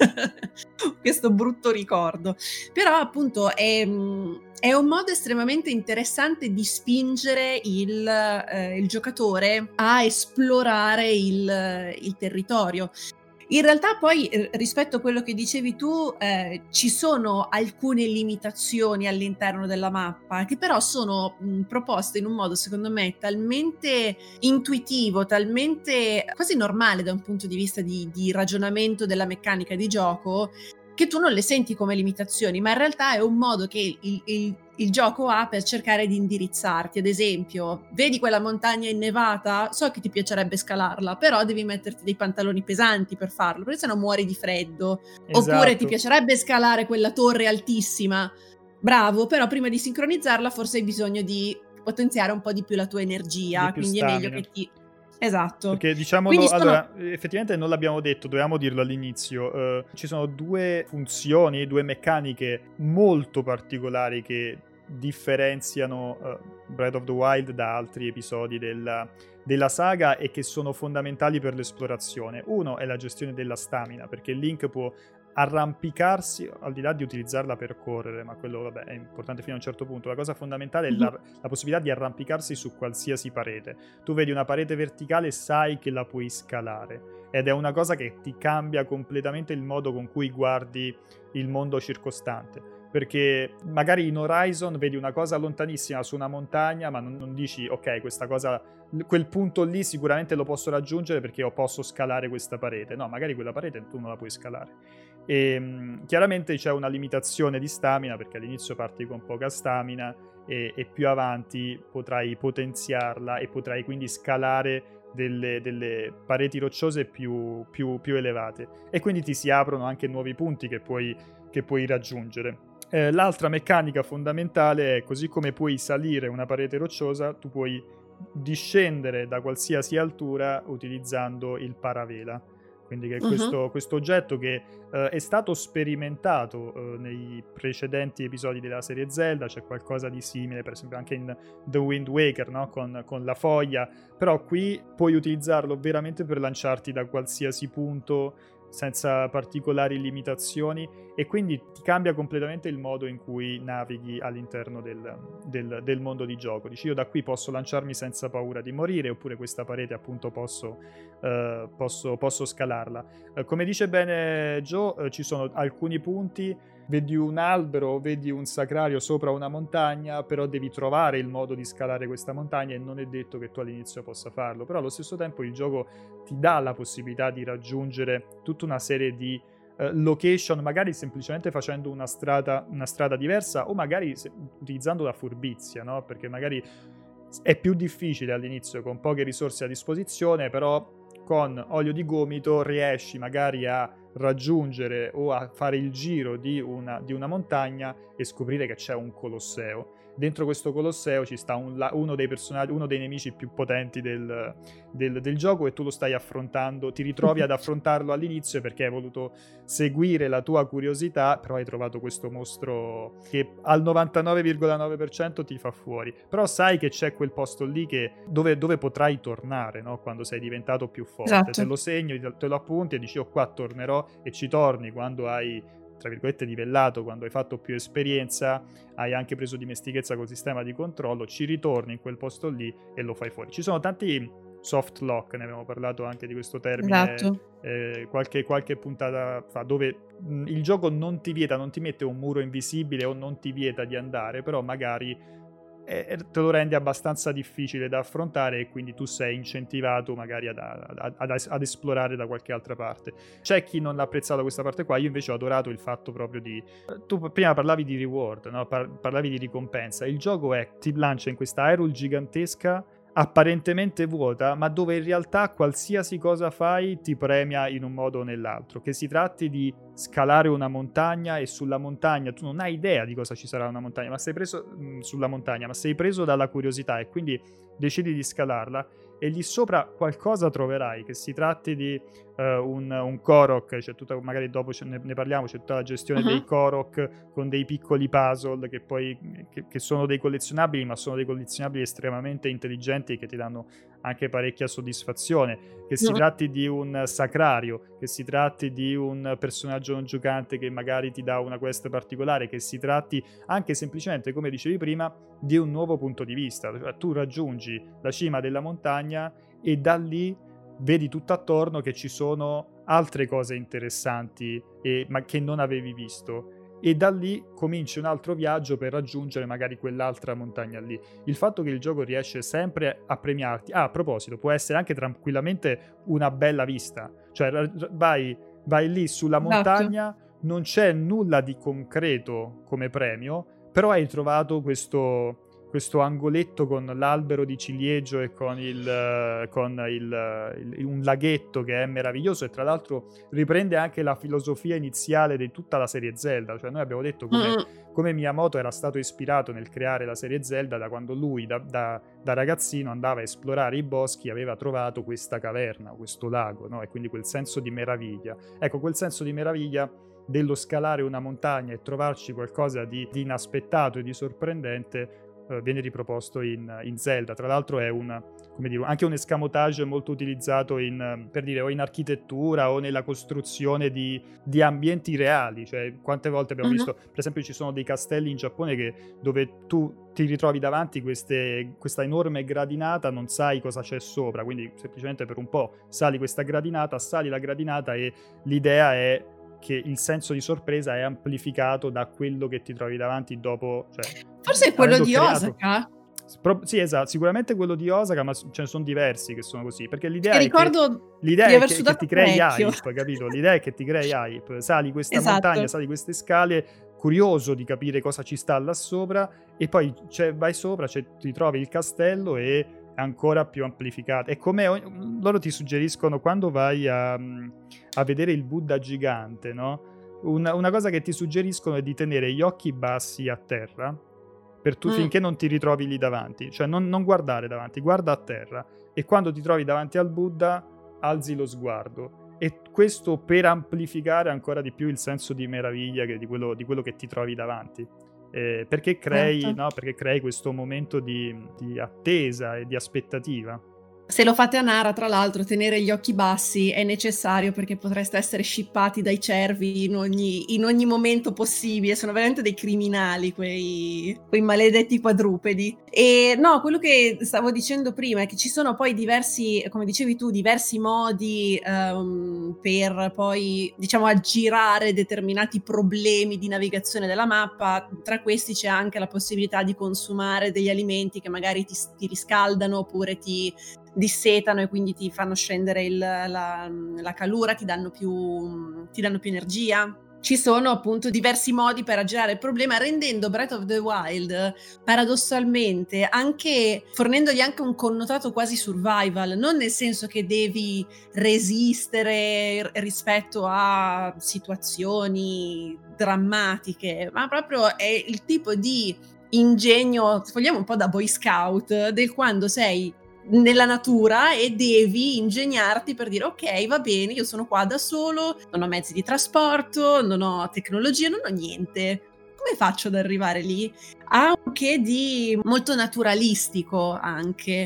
Questo brutto ricordo. Però appunto è, mh, è un modo estremamente interessante di spingere il, eh, il giocatore a esplorare il, il territorio. In realtà poi eh, rispetto a quello che dicevi tu eh, ci sono alcune limitazioni all'interno della mappa che però sono mh, proposte in un modo secondo me talmente intuitivo, talmente quasi normale da un punto di vista di, di ragionamento della meccanica di gioco, che tu non le senti come limitazioni, ma in realtà è un modo che il, il, il gioco ha per cercare di indirizzarti. Ad esempio, vedi quella montagna innevata? So che ti piacerebbe scalarla, però devi metterti dei pantaloni pesanti per farlo, perché sennò muori di freddo. Esatto. Oppure ti piacerebbe scalare quella torre altissima? Bravo, però prima di sincronizzarla forse hai bisogno di potenziare un po' di più la tua energia, Di più quindi stamina. è meglio che ti... Esatto. Perché diciamolo, Quindi sono... allora, effettivamente non l'abbiamo detto, dovevamo dirlo all'inizio. Uh, ci sono due funzioni, due meccaniche molto particolari che differenziano uh, Breath of the Wild da altri episodi della, della saga e che sono fondamentali per l'esplorazione. Uno è la gestione della stamina, perché Link può arrampicarsi, al di là di utilizzarla per correre, ma quello vabbè è importante fino a un certo punto. La cosa fondamentale è la, la possibilità di arrampicarsi su qualsiasi parete. Tu vedi una parete verticale e sai che la puoi scalare, ed è una cosa che ti cambia completamente il modo con cui guardi il mondo circostante, perché magari in Horizon vedi una cosa lontanissima su una montagna, ma non, non dici ok, questa cosa, quel punto lì sicuramente lo posso raggiungere perché io posso scalare questa parete. No, magari quella parete tu non la puoi scalare. E mh, chiaramente c'è una limitazione di stamina, perché all'inizio parti con poca stamina e, e più avanti potrai potenziarla e potrai quindi scalare delle, delle pareti rocciose più, più, più elevate, e quindi ti si aprono anche nuovi punti che puoi, che puoi raggiungere. Eh, l'altra meccanica fondamentale è, così come puoi salire una parete rocciosa, tu puoi discendere da qualsiasi altura utilizzando il paravela. Quindi che è questo, uh-huh. questo oggetto che uh, è stato sperimentato uh, nei precedenti episodi della serie Zelda. C'è qualcosa di simile, per esempio anche in The Wind Waker, no? con, con la foglia, però qui puoi utilizzarlo veramente per lanciarti da qualsiasi punto senza particolari limitazioni, e quindi ti cambia completamente il modo in cui navighi all'interno del, del, del mondo di gioco. Dici, io da qui posso lanciarmi senza paura di morire, oppure questa parete appunto posso, uh, posso, posso scalarla. Uh, come dice bene Joe, uh, ci sono alcuni punti, vedi un albero, vedi un sacrario sopra una montagna, però devi trovare il modo di scalare questa montagna e non è detto che tu all'inizio possa farlo, però allo stesso tempo il gioco ti dà la possibilità di raggiungere tutta una serie di uh, location, magari semplicemente facendo una strada, una strada diversa, o magari se, utilizzando la furbizia, no? Perché magari è più difficile all'inizio con poche risorse a disposizione, però con olio di gomito riesci magari a raggiungere o a fare il giro di una, di una montagna e scoprire che c'è un colosseo. Dentro questo colosseo ci sta un, uno dei personaggi, uno dei nemici più potenti del, del, del gioco, e tu lo stai affrontando, ti ritrovi ad affrontarlo all'inizio perché hai voluto seguire la tua curiosità, però hai trovato questo mostro che al novantanove virgola nove per cento ti fa fuori. Però sai che c'è quel posto lì che, dove, dove potrai tornare, no? Quando sei diventato più forte. Esatto. Te lo segni, te lo appunti e dici, oh, qua tornerò, e ci torni quando hai, tra virgolette, livellato, quando hai fatto più esperienza, hai anche preso dimestichezza col sistema di controllo, ci ritorni in quel posto lì e lo fai fuori. Ci sono tanti soft lock, ne abbiamo parlato anche di questo termine, esatto. eh, qualche, qualche puntata fa, dove mh, il gioco non ti vieta, non ti mette un muro invisibile o non ti vieta di andare, però magari eh, te lo rende abbastanza difficile da affrontare, e quindi tu sei incentivato magari ad, ad, ad, ad esplorare da qualche altra parte. C'è chi non ha apprezzato questa parte qua, io invece ho adorato il fatto proprio di... Tu prima parlavi di reward, no? Par- parlavi di ricompensa. Il gioco è, ti lancia in questa Hyrule gigantesca apparentemente vuota, ma dove in realtà qualsiasi cosa fai ti premia in un modo o nell'altro. Che si tratti di scalare una montagna e sulla montagna tu non hai idea di cosa ci sarà una montagna, ma sei preso mh, sulla montagna, ma sei preso dalla curiosità e quindi decidi di scalarla e lì sopra qualcosa troverai, che si tratti di uh, un, un Korok, c'è tutta, magari dopo ne, ne parliamo, c'è tutta la gestione uh-huh. dei Korok con dei piccoli puzzle che poi che, che sono dei collezionabili, ma sono dei collezionabili estremamente intelligenti che ti danno anche parecchia soddisfazione, che si uh-huh. tratti di un sacrario, che si tratti di un personaggio non giocante che magari ti dà una quest particolare, che si tratti anche semplicemente, come dicevi prima, di un nuovo punto di vista. Cioè, tu raggiungi la cima della montagna e da lì vedi tutto attorno che ci sono altre cose interessanti e, ma che non avevi visto, e da lì cominci un altro viaggio per raggiungere magari quell'altra montagna lì. Il fatto che il gioco riesce sempre a premiarti, ah, a proposito, può essere anche tranquillamente una bella vista, cioè vai, vai lì sulla montagna, esatto. Non c'è nulla di concreto come premio, però hai trovato questo questo angoletto con l'albero di ciliegio e con, il, con il, il, un laghetto che è meraviglioso, e tra l'altro riprende anche la filosofia iniziale di tutta la serie Zelda. Cioè noi abbiamo detto come, mm. come Miyamoto era stato ispirato nel creare la serie Zelda da quando lui da, da, da ragazzino andava a esplorare i boschi e aveva trovato questa caverna, questo lago, no? E quindi quel senso di meraviglia. Ecco, quel senso di meraviglia dello scalare una montagna e trovarci qualcosa di, di inaspettato e di sorprendente viene riproposto in, in Zelda. Tra l'altro è un, come dire, anche un escamotage molto utilizzato in, per dire, o in architettura o nella costruzione di, di ambienti reali. Cioè, quante volte abbiamo uh-huh. visto, per esempio ci sono dei castelli in Giappone che, dove tu ti ritrovi davanti queste, questa enorme gradinata, non sai cosa c'è sopra, quindi semplicemente per un po' sali questa gradinata, sali la gradinata e l'idea è che il senso di sorpresa è amplificato da quello che ti trovi davanti dopo. Cioè, forse è quello di creato... Osaka? Pro... Sì, esatto, sicuramente quello di Osaka, ma ce ne sono diversi che sono così, perché l'idea che è ricordo che, l'idea di è aver che, sudato che ti crei parecchio. hype, capito? L'idea è che ti crei hype, sali questa esatto. montagna, sali queste scale, curioso di capire cosa ci sta là sopra, e poi cioè, vai sopra, cioè, ti trovi il castello e ancora più amplificato. E come ogni... loro ti suggeriscono quando vai a, a vedere il Buddha gigante, no? Una, una cosa che ti suggeriscono è di tenere gli occhi bassi a terra per tu, mm. finché non ti ritrovi lì davanti, cioè non, non guardare davanti, guarda a terra, e quando ti trovi davanti al Buddha alzi lo sguardo, e questo per amplificare ancora di più il senso di meraviglia che, di, quello, di quello che ti trovi davanti, eh, perché crei, certo. no, perché crei questo momento di, di attesa e di aspettativa. Se lo fate a Nara, tra l'altro, tenere gli occhi bassi è necessario, perché potreste essere scippati dai cervi in ogni, in ogni momento possibile. Sono veramente dei criminali quei, quei maledetti quadrupedi. E no, quello che stavo dicendo prima è che ci sono poi diversi, come dicevi tu, diversi modi um, per poi, diciamo, aggirare determinati problemi di navigazione della mappa. Tra questi c'è anche la possibilità di consumare degli alimenti che magari ti, ti riscaldano oppure ti dissetano e quindi ti fanno scendere il, la, la calura, ti danno più, ti danno più energia. Ci sono appunto diversi modi per aggirare il problema, rendendo Breath of the Wild paradossalmente anche, fornendogli anche un connotato quasi survival, non nel senso che devi resistere rispetto a situazioni drammatiche, ma proprio è il tipo di ingegno, se vogliamo un po' da Boy Scout, del quando sei nella natura e devi ingegnarti per dire ok, va bene, io sono qua da solo, non ho mezzi di trasporto, non ho tecnologia, non ho niente, come faccio ad arrivare lì? Ha un che di molto naturalistico anche,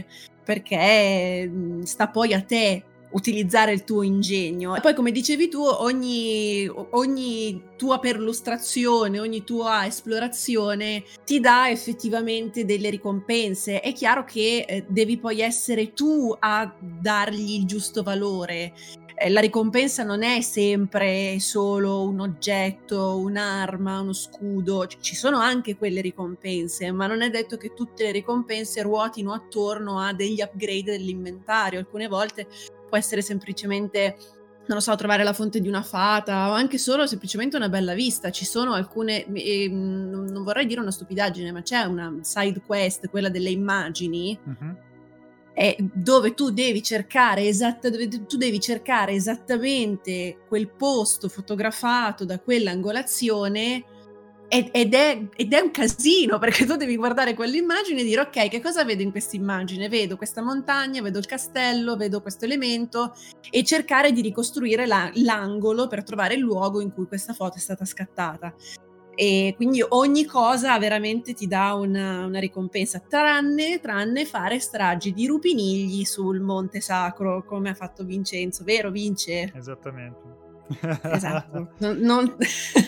perché sta poi a te utilizzare il tuo ingegno. E poi, come dicevi tu, ogni, ogni tua perlustrazione, ogni tua esplorazione ti dà effettivamente delle ricompense. È chiaro che eh, devi poi essere tu a dargli il giusto valore. Eh, la ricompensa non è sempre solo un oggetto, un'arma, uno scudo. Ci sono anche quelle ricompense, ma non è detto che tutte le ricompense ruotino attorno a degli upgrade dell'inventario. Alcune volte può essere semplicemente, non lo so, trovare la fonte di una fata, o anche solo semplicemente una bella vista. Ci sono alcune, eh, non vorrei dire una stupidaggine, ma c'è una side quest, quella delle immagini, uh-huh. è dove tu devi cercare esatta, dove tu devi cercare esattamente quel posto fotografato da quell'angolazione, ed, ed, è, ed è un casino, perché tu devi guardare quell'immagine e dire ok, che cosa vedo in questa immagine? Vedo questa montagna, vedo il castello, vedo questo elemento, e cercare di ricostruire la, l'angolo per trovare il luogo in cui questa foto è stata scattata. E quindi ogni cosa veramente ti dà una, una ricompensa, tranne, tranne fare stragi di rupinigli sul Monte Sacro, come ha fatto Vincenzo, vero Vince? Esattamente. Esatto. Non, non...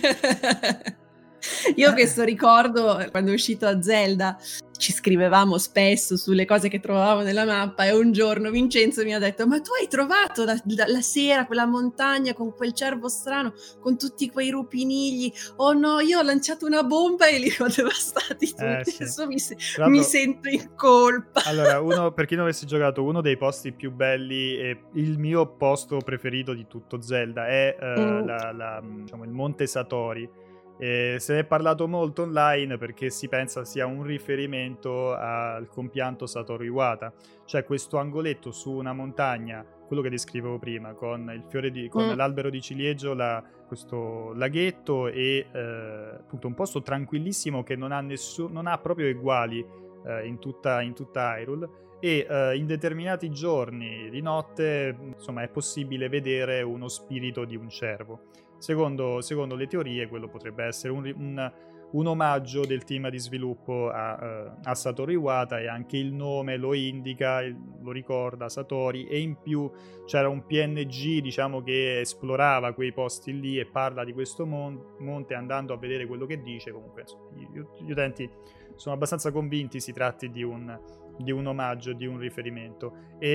Io questo ricordo quando è uscito a Zelda, ci scrivevamo spesso sulle cose che trovavamo nella mappa, e un giorno Vincenzo mi ha detto: ma tu hai trovato la, la, la sera quella montagna con quel cervo strano, con tutti quei rupinigli? Oh no, io ho lanciato una bomba e li ho devastati tutti, Eh, sì. adesso mi, se- mi sento in colpa. Allora, uno, per chi non avesse giocato, uno dei posti più belli e il mio posto preferito di tutto Zelda è uh, mm. la, la, diciamo, il Monte Satori. E se ne è parlato molto online perché si pensa sia un riferimento al compianto Satoru Iwata, cioè questo angoletto su una montagna, quello che descrivevo prima, con il fiore di, con mm. l'albero di ciliegio, la, questo laghetto e eh, appunto un posto tranquillissimo che non ha, nessun, non ha proprio uguali eh, in, tutta, in tutta Hyrule, e eh, in determinati giorni di notte insomma è possibile vedere uno spirito di un cervo. Secondo, secondo le teorie quello potrebbe essere un, un, un omaggio del team di sviluppo a, uh, a Satoru Iwata, e anche il nome lo indica, lo ricorda Satori, e in più c'era un P N G diciamo che esplorava quei posti lì e parla di questo mon- monte andando a vedere quello che dice. Comunque insomma, gli, gli utenti sono abbastanza convinti si tratti di un, di un omaggio, di un riferimento,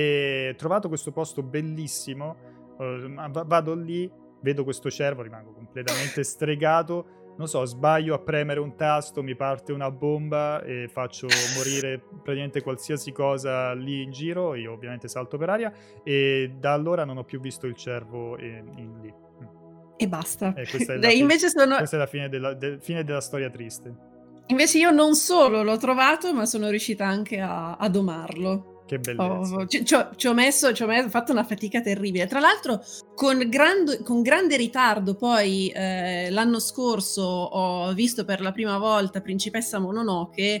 e trovato questo posto bellissimo, uh, vado lì, vedo questo cervo, rimango completamente stregato, non so, sbaglio a premere un tasto, mi parte una bomba e faccio morire praticamente qualsiasi cosa lì in giro, io ovviamente salto per aria, e da allora non ho più visto il cervo in, in lì. E basta. E questa è la, Dai, fine, invece sono... questa è la fine della, de, fine della storia triste. Invece io non solo l'ho trovato, ma sono riuscita anche a, a domarlo. Che bellezza. Oh, ci, ci, ho, ci ho messo, ci ho messo, fatto una fatica terribile. Tra l'altro, con, grand, con grande ritardo, poi eh, l'anno scorso ho visto per la prima volta Principessa Mononoke,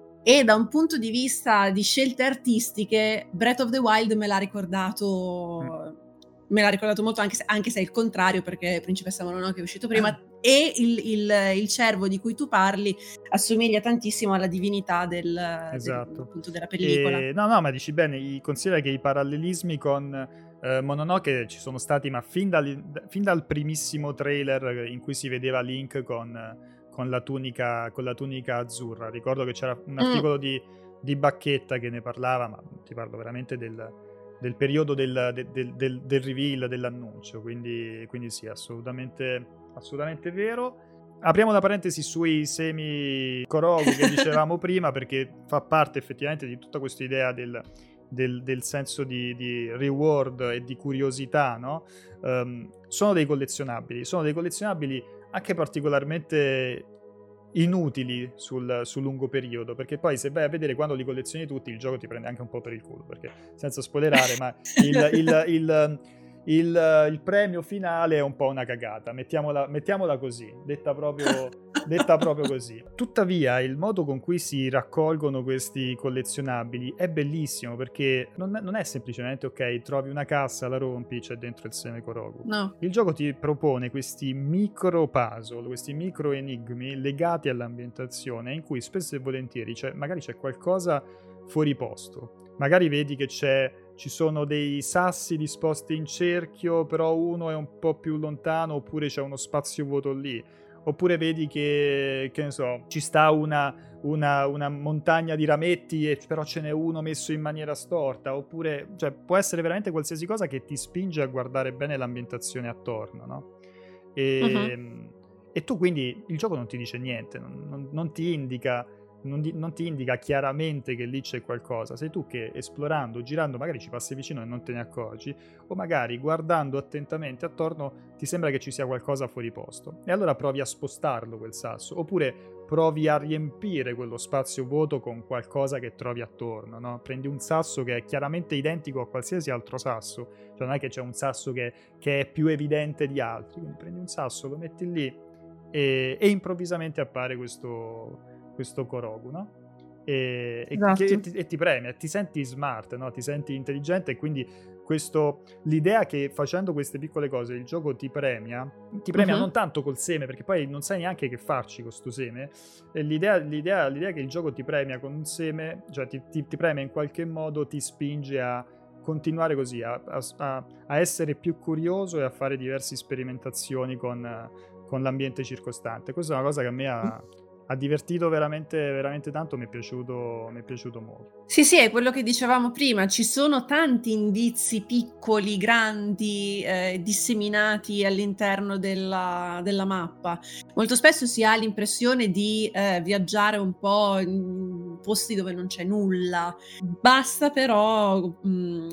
e da un punto di vista di scelte artistiche, Breath of the Wild me l'ha ricordato. Mm. Me l'ha ricordato molto, anche se, anche se è il contrario, perché Principessa Mononoke è uscito prima, ah. e il, il, il cervo di cui tu parli assomiglia tantissimo alla divinità del, esatto. del, appunto, della pellicola. E, no, no, ma dici bene, considera che i parallelismi con eh, Mononoke ci sono stati, ma fin dal, fin dal primissimo trailer in cui si vedeva Link con, con, la, tunica, con la tunica azzurra. Ricordo che c'era un articolo mm. di, di Bacchetta che ne parlava, ma ti parlo veramente del... del periodo del, del, del, del reveal, dell'annuncio, quindi, quindi sì, assolutamente, assolutamente vero. Apriamo una parentesi sui semi Korogu che dicevamo prima, perché fa parte effettivamente di tutta questa idea del, del, del senso di, di reward e di curiosità, no? Um, sono dei collezionabili, sono dei collezionabili anche particolarmente inutili sul, sul lungo periodo, perché poi se vai a vedere quando li collezioni tutti il gioco ti prende anche un po' per il culo, perché senza spoilerare ma il, il, il, il, il premio finale è un po' una cagata, mettiamola, mettiamola così, detta proprio, detta proprio così. Tuttavia il modo con cui si raccolgono questi collezionabili è bellissimo, perché non, non è semplicemente ok, trovi una cassa, la rompi, c'è dentro il seme Korogu. No. Il gioco ti propone questi micro puzzle, questi micro enigmi legati all'ambientazione, in cui spesso e volentieri c'è, magari c'è qualcosa fuori posto, magari vedi che c'è ci sono dei sassi disposti in cerchio, però uno è un po' più lontano, oppure c'è uno spazio vuoto lì, oppure vedi che, che ne so, ci sta una, una, una montagna di rametti e però ce n'è uno messo in maniera storta, oppure, cioè, può essere veramente qualsiasi cosa che ti spinge a guardare bene l'ambientazione attorno, no? E, uh-huh. e tu quindi, il gioco non ti dice niente, non, non, non ti indica Non, di, non ti indica chiaramente che lì c'è qualcosa, sei tu che esplorando, girando magari ci passi vicino e non te ne accorgi, o magari guardando attentamente attorno ti sembra che ci sia qualcosa fuori posto e allora provi a spostarlo quel sasso, oppure provi a riempire quello spazio vuoto con qualcosa che trovi attorno, no? Prendi un sasso che è chiaramente identico a qualsiasi altro sasso, cioè non è che c'è un sasso che, che è più evidente di altri, quindi prendi un sasso, lo metti lì e, e improvvisamente appare questo, questo Korogu, no? E, Esatto. e, e, ti, e ti premia, ti senti smart, no? Ti senti intelligente, e quindi questo, l'idea che facendo queste piccole cose il gioco ti premia, ti premia Mhm. non tanto col seme, perché poi non sai neanche che farci con sto seme, e l'idea, l'idea, l'idea che il gioco ti premia con un seme, cioè ti, ti, ti premia in qualche modo, ti spinge a continuare così, a, a, a essere più curioso e a fare diverse sperimentazioni con, con l'ambiente circostante. Questa è una cosa che a me ha, ha divertito veramente, veramente tanto, mi è piaciuto, mi è piaciuto molto. Sì, sì, è quello che dicevamo prima, ci sono tanti indizi piccoli, grandi, eh, disseminati all'interno della, della mappa. Molto spesso si ha l'impressione di eh, viaggiare un po' in posti dove non c'è nulla, basta però mh,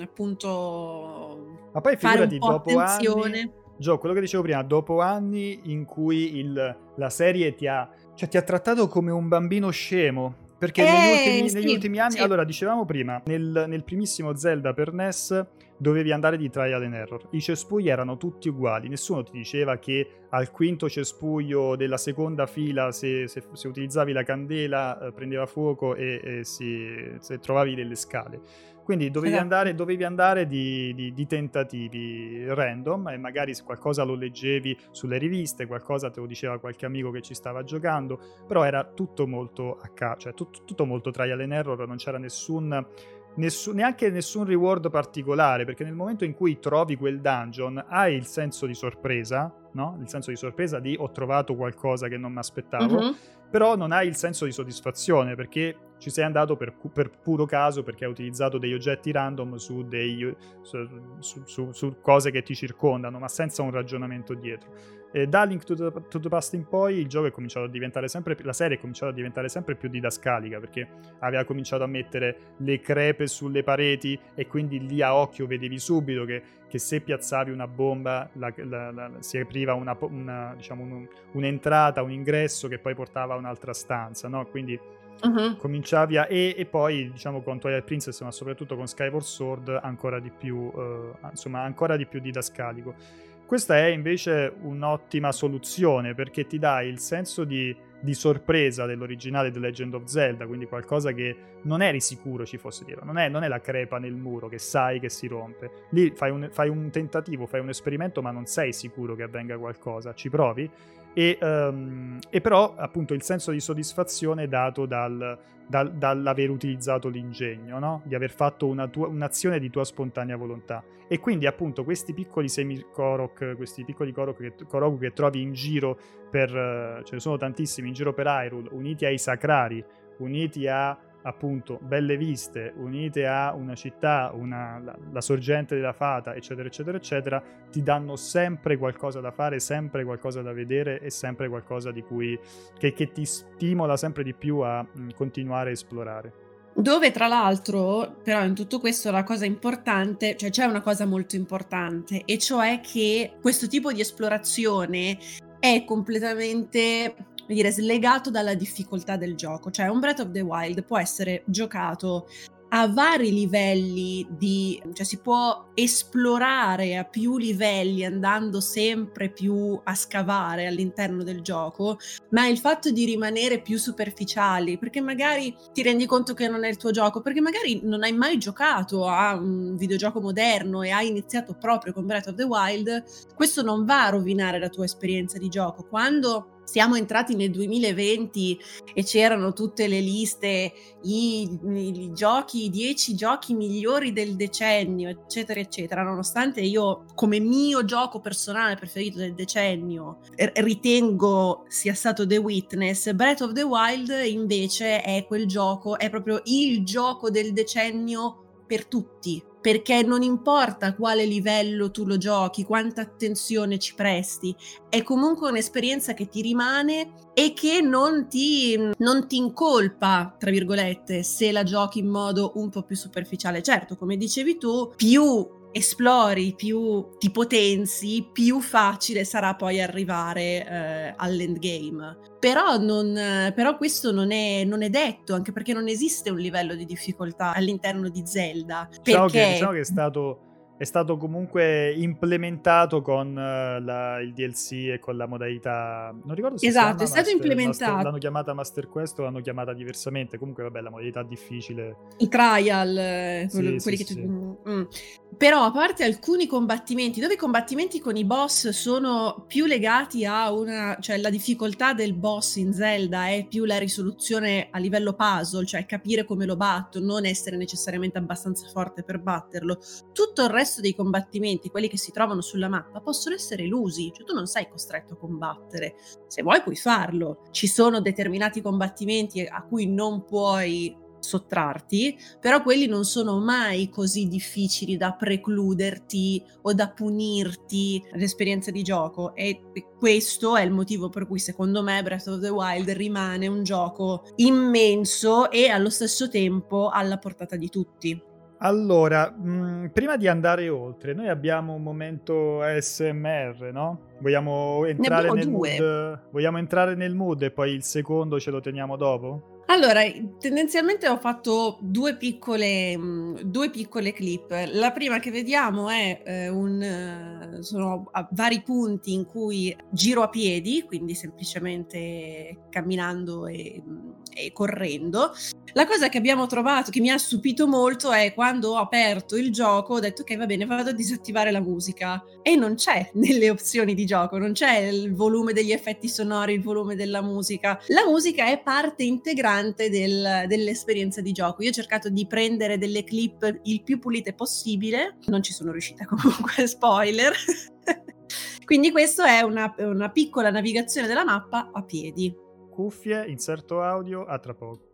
appunto Ma poi fare un figurati, po' dopo attenzione. anni, Gio, quello che dicevo prima, dopo anni in cui il, la serie ti ha, cioè, ti ha trattato come un bambino scemo, perché negli Eh, ultimi, negli sì, ultimi anni, sì. allora dicevamo prima, nel, nel primissimo Zelda per N E S dovevi andare di trial and error, i cespugli erano tutti uguali, nessuno ti diceva che al quinto cespuglio della seconda fila, se, se, se utilizzavi la candela eh, prendeva fuoco e, e si, se trovavi delle scale. Quindi dovevi Esatto. andare, dovevi andare di, di, di tentativi random, e magari se qualcosa lo leggevi sulle riviste, qualcosa te lo diceva qualche amico che ci stava giocando, però era tutto molto a caso, cioè tutto, tutto molto trial and error, non c'era nessun, nessun, neanche nessun reward particolare, perché nel momento in cui trovi quel dungeon hai il senso di sorpresa, no? Il senso di sorpresa di ho trovato qualcosa che non mi aspettavo, Mhm. però non hai il senso di soddisfazione perché ci sei andato per, per puro caso, perché hai utilizzato degli oggetti random su, dei, su, su, su, su cose che ti circondano, ma senza un ragionamento dietro. E da Link to the, to the Past in poi il gioco è cominciato a diventare sempre più, la serie è cominciata a diventare sempre più didascalica, perché aveva cominciato a mettere le crepe sulle pareti e quindi lì a occhio vedevi subito che, che se piazzavi una bomba la, la, la, si apriva una, una, diciamo un, un'entrata, un ingresso che poi portava a un'altra stanza, no? Quindi uh-huh. cominciavi a... E, e poi diciamo con Twilight Princess, ma soprattutto con Skyward Sword ancora di più, eh, insomma ancora di più didascalico. Questa è invece un'ottima soluzione perché ti dà il senso di, di sorpresa dell'originale The Legend of Zelda, quindi qualcosa che non eri sicuro ci fosse dietro, non è, non è la crepa nel muro che sai che si rompe, lì fai un, fai un tentativo, fai un esperimento ma non sei sicuro che avvenga qualcosa, ci provi e, um, e però appunto il senso di soddisfazione dato dal, dal, dall'aver utilizzato l'ingegno, no? Di aver fatto una tua, un'azione di tua spontanea volontà. E quindi appunto questi piccoli semi-Korok, questi piccoli Korok che, Korogu che trovi in giro per, ce ne sono tantissimi in giro per Hyrule, uniti ai sacrari, uniti a appunto belle viste, unite a una città, una, la, la sorgente della fata, eccetera eccetera eccetera, ti danno sempre qualcosa da fare, sempre qualcosa da vedere e sempre qualcosa di cui che, che ti stimola sempre di più a mh, continuare a esplorare. Dove tra l'altro, però in tutto questo la cosa importante, cioè c'è una cosa molto importante, e cioè che questo tipo di esplorazione è completamente, come dire, slegato dalla difficoltà del gioco. Cioè un Breath of the Wild può essere giocato a vari livelli di, cioè si può esplorare a più livelli andando sempre più a scavare all'interno del gioco, ma il fatto di rimanere più superficiali, perché magari ti rendi conto che non è il tuo gioco, perché magari non hai mai giocato a un videogioco moderno e hai iniziato proprio con Breath of the Wild, questo non va a rovinare la tua esperienza di gioco. Quando siamo entrati nel duemilaventi e c'erano tutte le liste, i, i giochi, i dieci giochi migliori del decennio, eccetera, eccetera, nonostante io come mio gioco personale preferito del decennio ritengo sia stato The Witness, Breath of the Wild invece è quel gioco, è proprio il gioco del decennio per tutti, perché non importa quale livello tu lo giochi, quanta attenzione ci presti, è comunque un'esperienza che ti rimane e che non ti, non ti incolpa, tra virgolette, se la giochi in modo un po' più superficiale. Certo, come dicevi tu, più esplori, più ti potenzi, più facile sarà poi arrivare eh, all'endgame. Però, non, però questo non è, non è detto, anche perché non esiste un livello di difficoltà all'interno di Zelda. Diciamo Perché che, diciamo che è stato... è stato comunque implementato con uh, la, il D L C e con la modalità, non ricordo se esatto, si è chiama stato Master, implementato. Master, l'hanno chiamata Master Quest o l'hanno chiamata diversamente, comunque vabbè, la modalità difficile, i trial, sì, quelli, sì, quelli sì, che sì. tu... mm. Però a parte alcuni combattimenti, dove i combattimenti con i boss sono più legati a una, cioè la difficoltà del boss in Zelda è più la risoluzione a livello puzzle, cioè capire come lo batto, non essere necessariamente abbastanza forte per batterlo. Tutto il resto dei combattimenti, quelli che si trovano sulla mappa, possono essere elusi, cioè tu non sei costretto a combattere. Se vuoi puoi farlo. Ci sono determinati combattimenti a cui non puoi sottrarti, però quelli non sono mai così difficili da precluderti o da punirti l'esperienza di gioco, e questo è il motivo per cui secondo me Breath of the Wild rimane un gioco immenso e allo stesso tempo alla portata di tutti. Allora, mh, prima di andare oltre, noi abbiamo un momento A S M R, no? Vogliamo entrare nel due. mood? Vogliamo entrare nel mood e poi il secondo ce lo teniamo dopo? Allora, tendenzialmente ho fatto due piccole, mh, due piccole clip. La prima che vediamo è eh, un, sono a vari punti in cui giro a piedi, quindi semplicemente camminando e, e correndo. La cosa che abbiamo trovato, che mi ha stupito molto, è quando ho aperto il gioco, ho detto ok, va bene, vado a disattivare la musica, e non c'è nelle opzioni di gioco, non c'è il volume degli effetti sonori, il volume della musica. La musica è parte integrante del, dell'esperienza di gioco. Io ho cercato di prendere delle clip il più pulite possibile, non ci sono riuscita comunque, spoiler. Quindi questo è una, una piccola navigazione della mappa a piedi. Cuffie, inserto audio, a tra poco.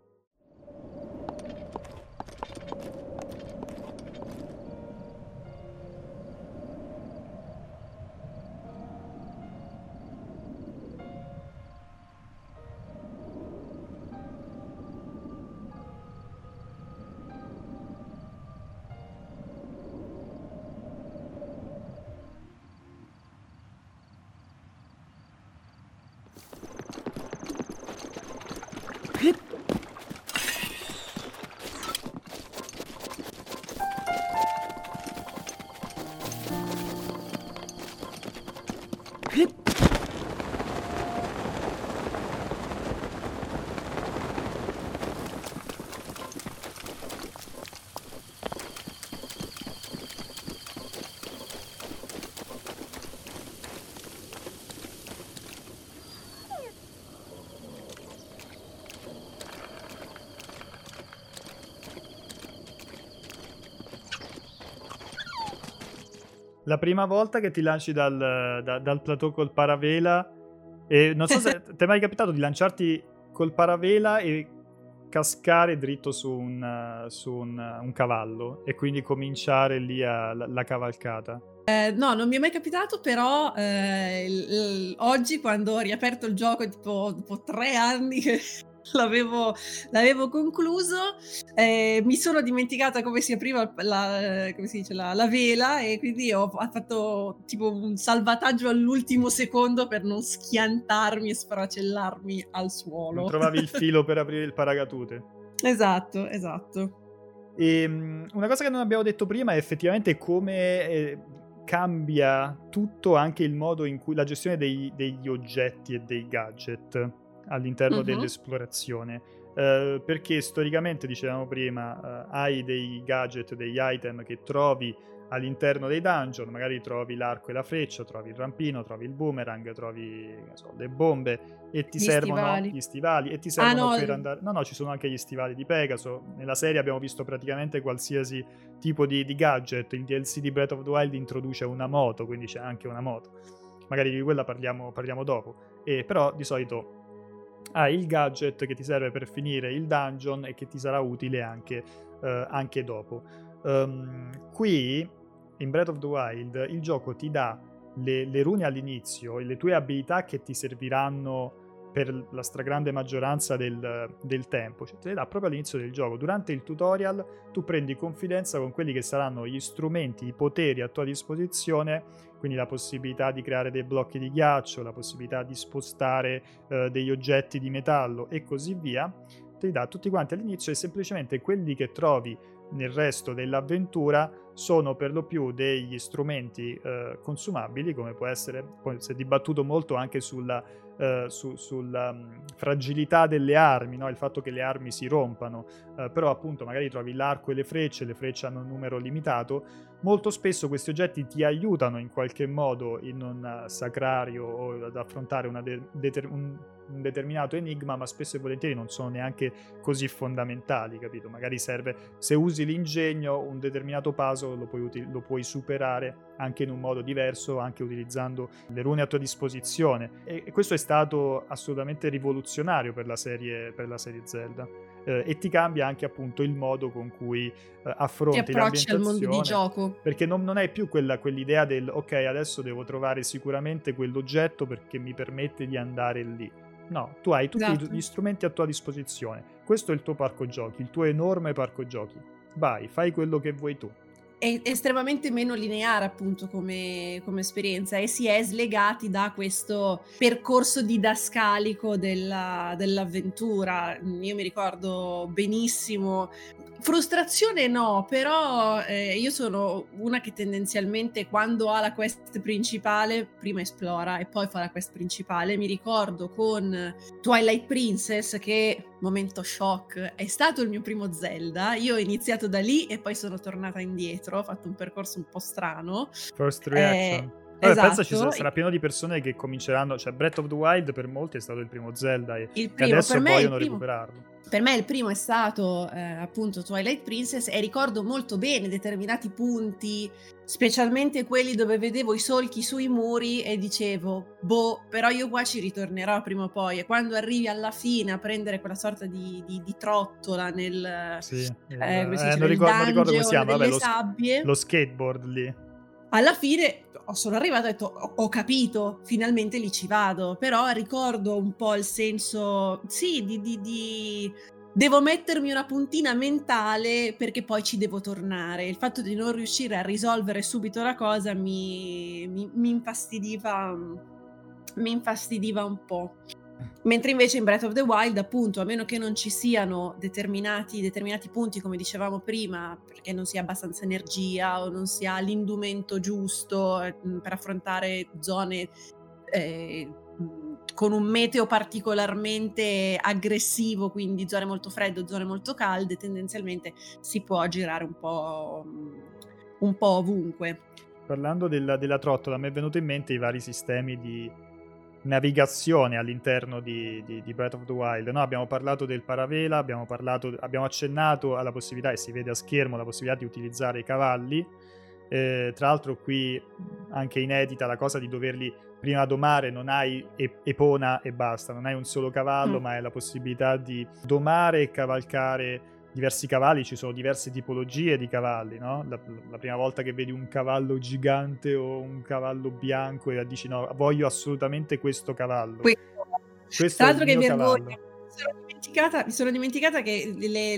La prima volta che ti lanci dal, da, dal plateau col paravela, e non so se ti è mai capitato di lanciarti col paravela e cascare dritto su un, su un, un cavallo e quindi cominciare lì a, la, la cavalcata. Eh, no, non mi è mai capitato, però eh, il, il, oggi quando ho riaperto il gioco, tipo dopo tre anni che l'avevo, l'avevo concluso, eh, mi sono dimenticata come si apriva la, come si dice, la, la vela, e quindi ho, ho fatto tipo un salvataggio all'ultimo secondo per non schiantarmi e sfracellarmi al suolo. Non trovavi il filo per aprire il paracadute. Esatto, esatto. E um, una cosa che non abbiamo detto prima è effettivamente come eh, cambia tutto anche il modo in cui la gestione dei, degli oggetti e dei gadget all'interno uh-huh. dell'esplorazione, uh, perché storicamente, dicevamo prima, uh, hai dei gadget, degli item che trovi all'interno dei dungeon, magari trovi l'arco e la freccia, trovi il rampino, trovi il boomerang, trovi non so, le bombe e ti gli servono stivali. gli stivali e ti servono ah, no. per andare... No, no, ci sono anche gli stivali di Pegaso. Nella serie abbiamo visto praticamente qualsiasi tipo di, di gadget. Il D L C di Breath of the Wild introduce una moto, quindi c'è anche una moto. Magari di quella parliamo, parliamo dopo. E, però di solito hai il gadget che ti serve per finire il dungeon e che ti sarà utile anche, uh, anche dopo. Um, qui, in Breath of the Wild, il gioco ti dà le, le rune all'inizio e le tue abilità che ti serviranno per la stragrande maggioranza del, del tempo, cioè te le dà proprio all'inizio del gioco. Durante il tutorial tu prendi confidenza con quelli che saranno gli strumenti, i poteri a tua disposizione, quindi la possibilità di creare dei blocchi di ghiaccio, la possibilità di spostare eh, degli oggetti di metallo e così via. Te li dà tutti quanti all'inizio, e semplicemente quelli che trovi nel resto dell'avventura sono per lo più degli strumenti eh, consumabili, come può essere, poi si è dibattuto molto anche sulla, eh, su, sulla um, fragilità delle armi, no? Il fatto che le armi si rompano, eh, però appunto magari trovi l'arco e le frecce, le frecce hanno un numero limitato. Molto spesso questi oggetti ti aiutano in qualche modo in un sacrario o ad affrontare una de- deter- un, un determinato enigma, ma spesso e volentieri non sono neanche così fondamentali, capito? Magari serve, se usi l'ingegno, un determinato puzzle lo puoi, uti- lo puoi superare anche in un modo diverso, anche utilizzando le rune a tua disposizione, e, e questo è stato assolutamente rivoluzionario per la serie, per la serie Zelda. Eh, e ti cambia anche appunto il modo con cui eh, affronti Ti approcci al mondo di l'ambientazione, gioco. perché non, non hai più quella, quell'idea del ok, adesso devo trovare sicuramente quell'oggetto perché mi permette di andare lì. No, tu hai tutti Esatto. gli strumenti a tua disposizione, questo è il tuo parco giochi, il tuo enorme parco giochi, vai, fai quello che vuoi tu. È estremamente meno lineare appunto come, come esperienza, e si è slegati da questo percorso didascalico della, dell'avventura. Io mi ricordo benissimo, frustrazione no, però eh, io sono una che tendenzialmente quando ha la quest principale prima esplora e poi fa la quest principale. Mi ricordo con Twilight Princess che, momento shock, è stato il mio primo Zelda, io ho iniziato da lì e poi sono tornata indietro, ho fatto un percorso un po' strano. First reaction. Eh, Vabbè, esatto. pensa ci sarà, sarà pieno di persone che cominceranno, cioè Breath of the Wild per molti è stato il primo Zelda e, Il e primo, adesso per me vogliono il primo. recuperarlo. Per me il primo è stato eh, appunto Twilight Princess, e ricordo molto bene determinati punti, specialmente quelli dove vedevo i solchi sui muri e dicevo, boh, però io qua ci ritornerò prima o poi. E quando arrivi alla fine a prendere quella sorta di, di, di trottola nel, Sì, il, eh, come si eh, dice, non, nel ricordo, non ricordo come si dungeon chiama, vabbè, delle lo, sabbie, lo skateboard lì. alla fine sono arrivata e ho detto, ho, ho capito, finalmente lì ci vado. Però ricordo un po' il senso, sì, di, di, di... devo mettermi una puntina mentale perché poi ci devo tornare. Il fatto di non riuscire a risolvere subito la cosa mi, mi, mi infastidiva mi infastidiva un po'. Mentre invece in Breath of the Wild, appunto, a meno che non ci siano determinati, determinati punti, come dicevamo prima, perché non si ha abbastanza energia o non si ha l'indumento giusto eh, per affrontare zone eh, con un meteo particolarmente aggressivo, quindi zone molto fredde o zone molto calde, tendenzialmente si può girare un po', un po' ovunque. Parlando della, della trottola, mi è venuto in mente i vari sistemi di navigazione all'interno di, di, di Breath of the Wild. No, abbiamo parlato del paravela, abbiamo, parlato, abbiamo accennato alla possibilità, e si vede a schermo, la possibilità di utilizzare i cavalli. Eh, tra l'altro qui anche inedita la cosa di doverli prima domare, non hai epona e basta, non hai un solo cavallo, mm. ma hai la possibilità di domare e cavalcare diversi cavalli. Ci sono diverse tipologie di cavalli, no? La, la prima volta che vedi un cavallo gigante o un cavallo bianco e dici no, voglio assolutamente questo cavallo. Questo, questo è il mio cavallo. Mi sono dimenticata, mi sono dimenticata che le,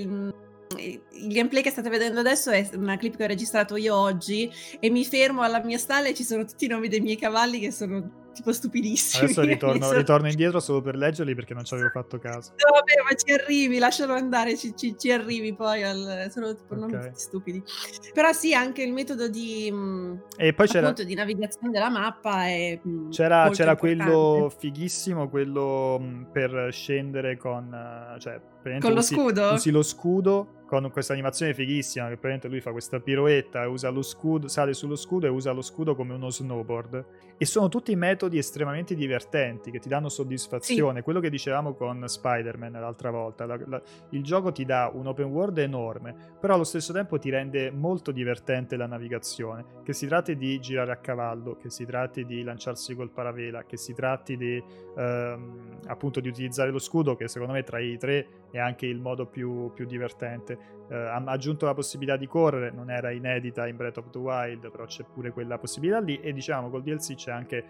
il gameplay che state vedendo adesso è una clip che ho registrato io oggi, e mi fermo alla mia stalla e ci sono tutti i nomi dei miei cavalli che sono tipo stupidissimi. Adesso ritorno, sono... ritorno indietro solo per leggerli perché non ci avevo fatto caso. No, vabbè, ma ci arrivi, lascialo andare, ci, ci, ci arrivi poi al... sono tipo okay. nomi tutti stupidi. Però sì, anche il metodo di, e poi c'era... appunto, di navigazione della mappa è c'era, molto c'era importante. quello fighissimo, quello mh, per scendere con cioè con lo usi, scudo usi lo scudo con questa animazione fighissima che praticamente lui fa questa piroetta, usa lo scudo, sale sullo scudo e usa lo scudo come uno snowboard, e sono tutti metodi estremamente divertenti che ti danno soddisfazione. Sì. Quello che dicevamo con Spider-Man l'altra volta, la, la, il gioco ti dà un open world enorme, però allo stesso tempo ti rende molto divertente la navigazione, che si tratti di girare a cavallo, che si tratti di lanciarsi col paravela, che si tratti di ehm, appunto di utilizzare lo scudo, che secondo me tra i tre è anche il modo più, più divertente. Uh, ha aggiunto la possibilità di correre, non era inedita in Breath of the Wild, però c'è pure quella possibilità lì, e diciamo col D L C c'è anche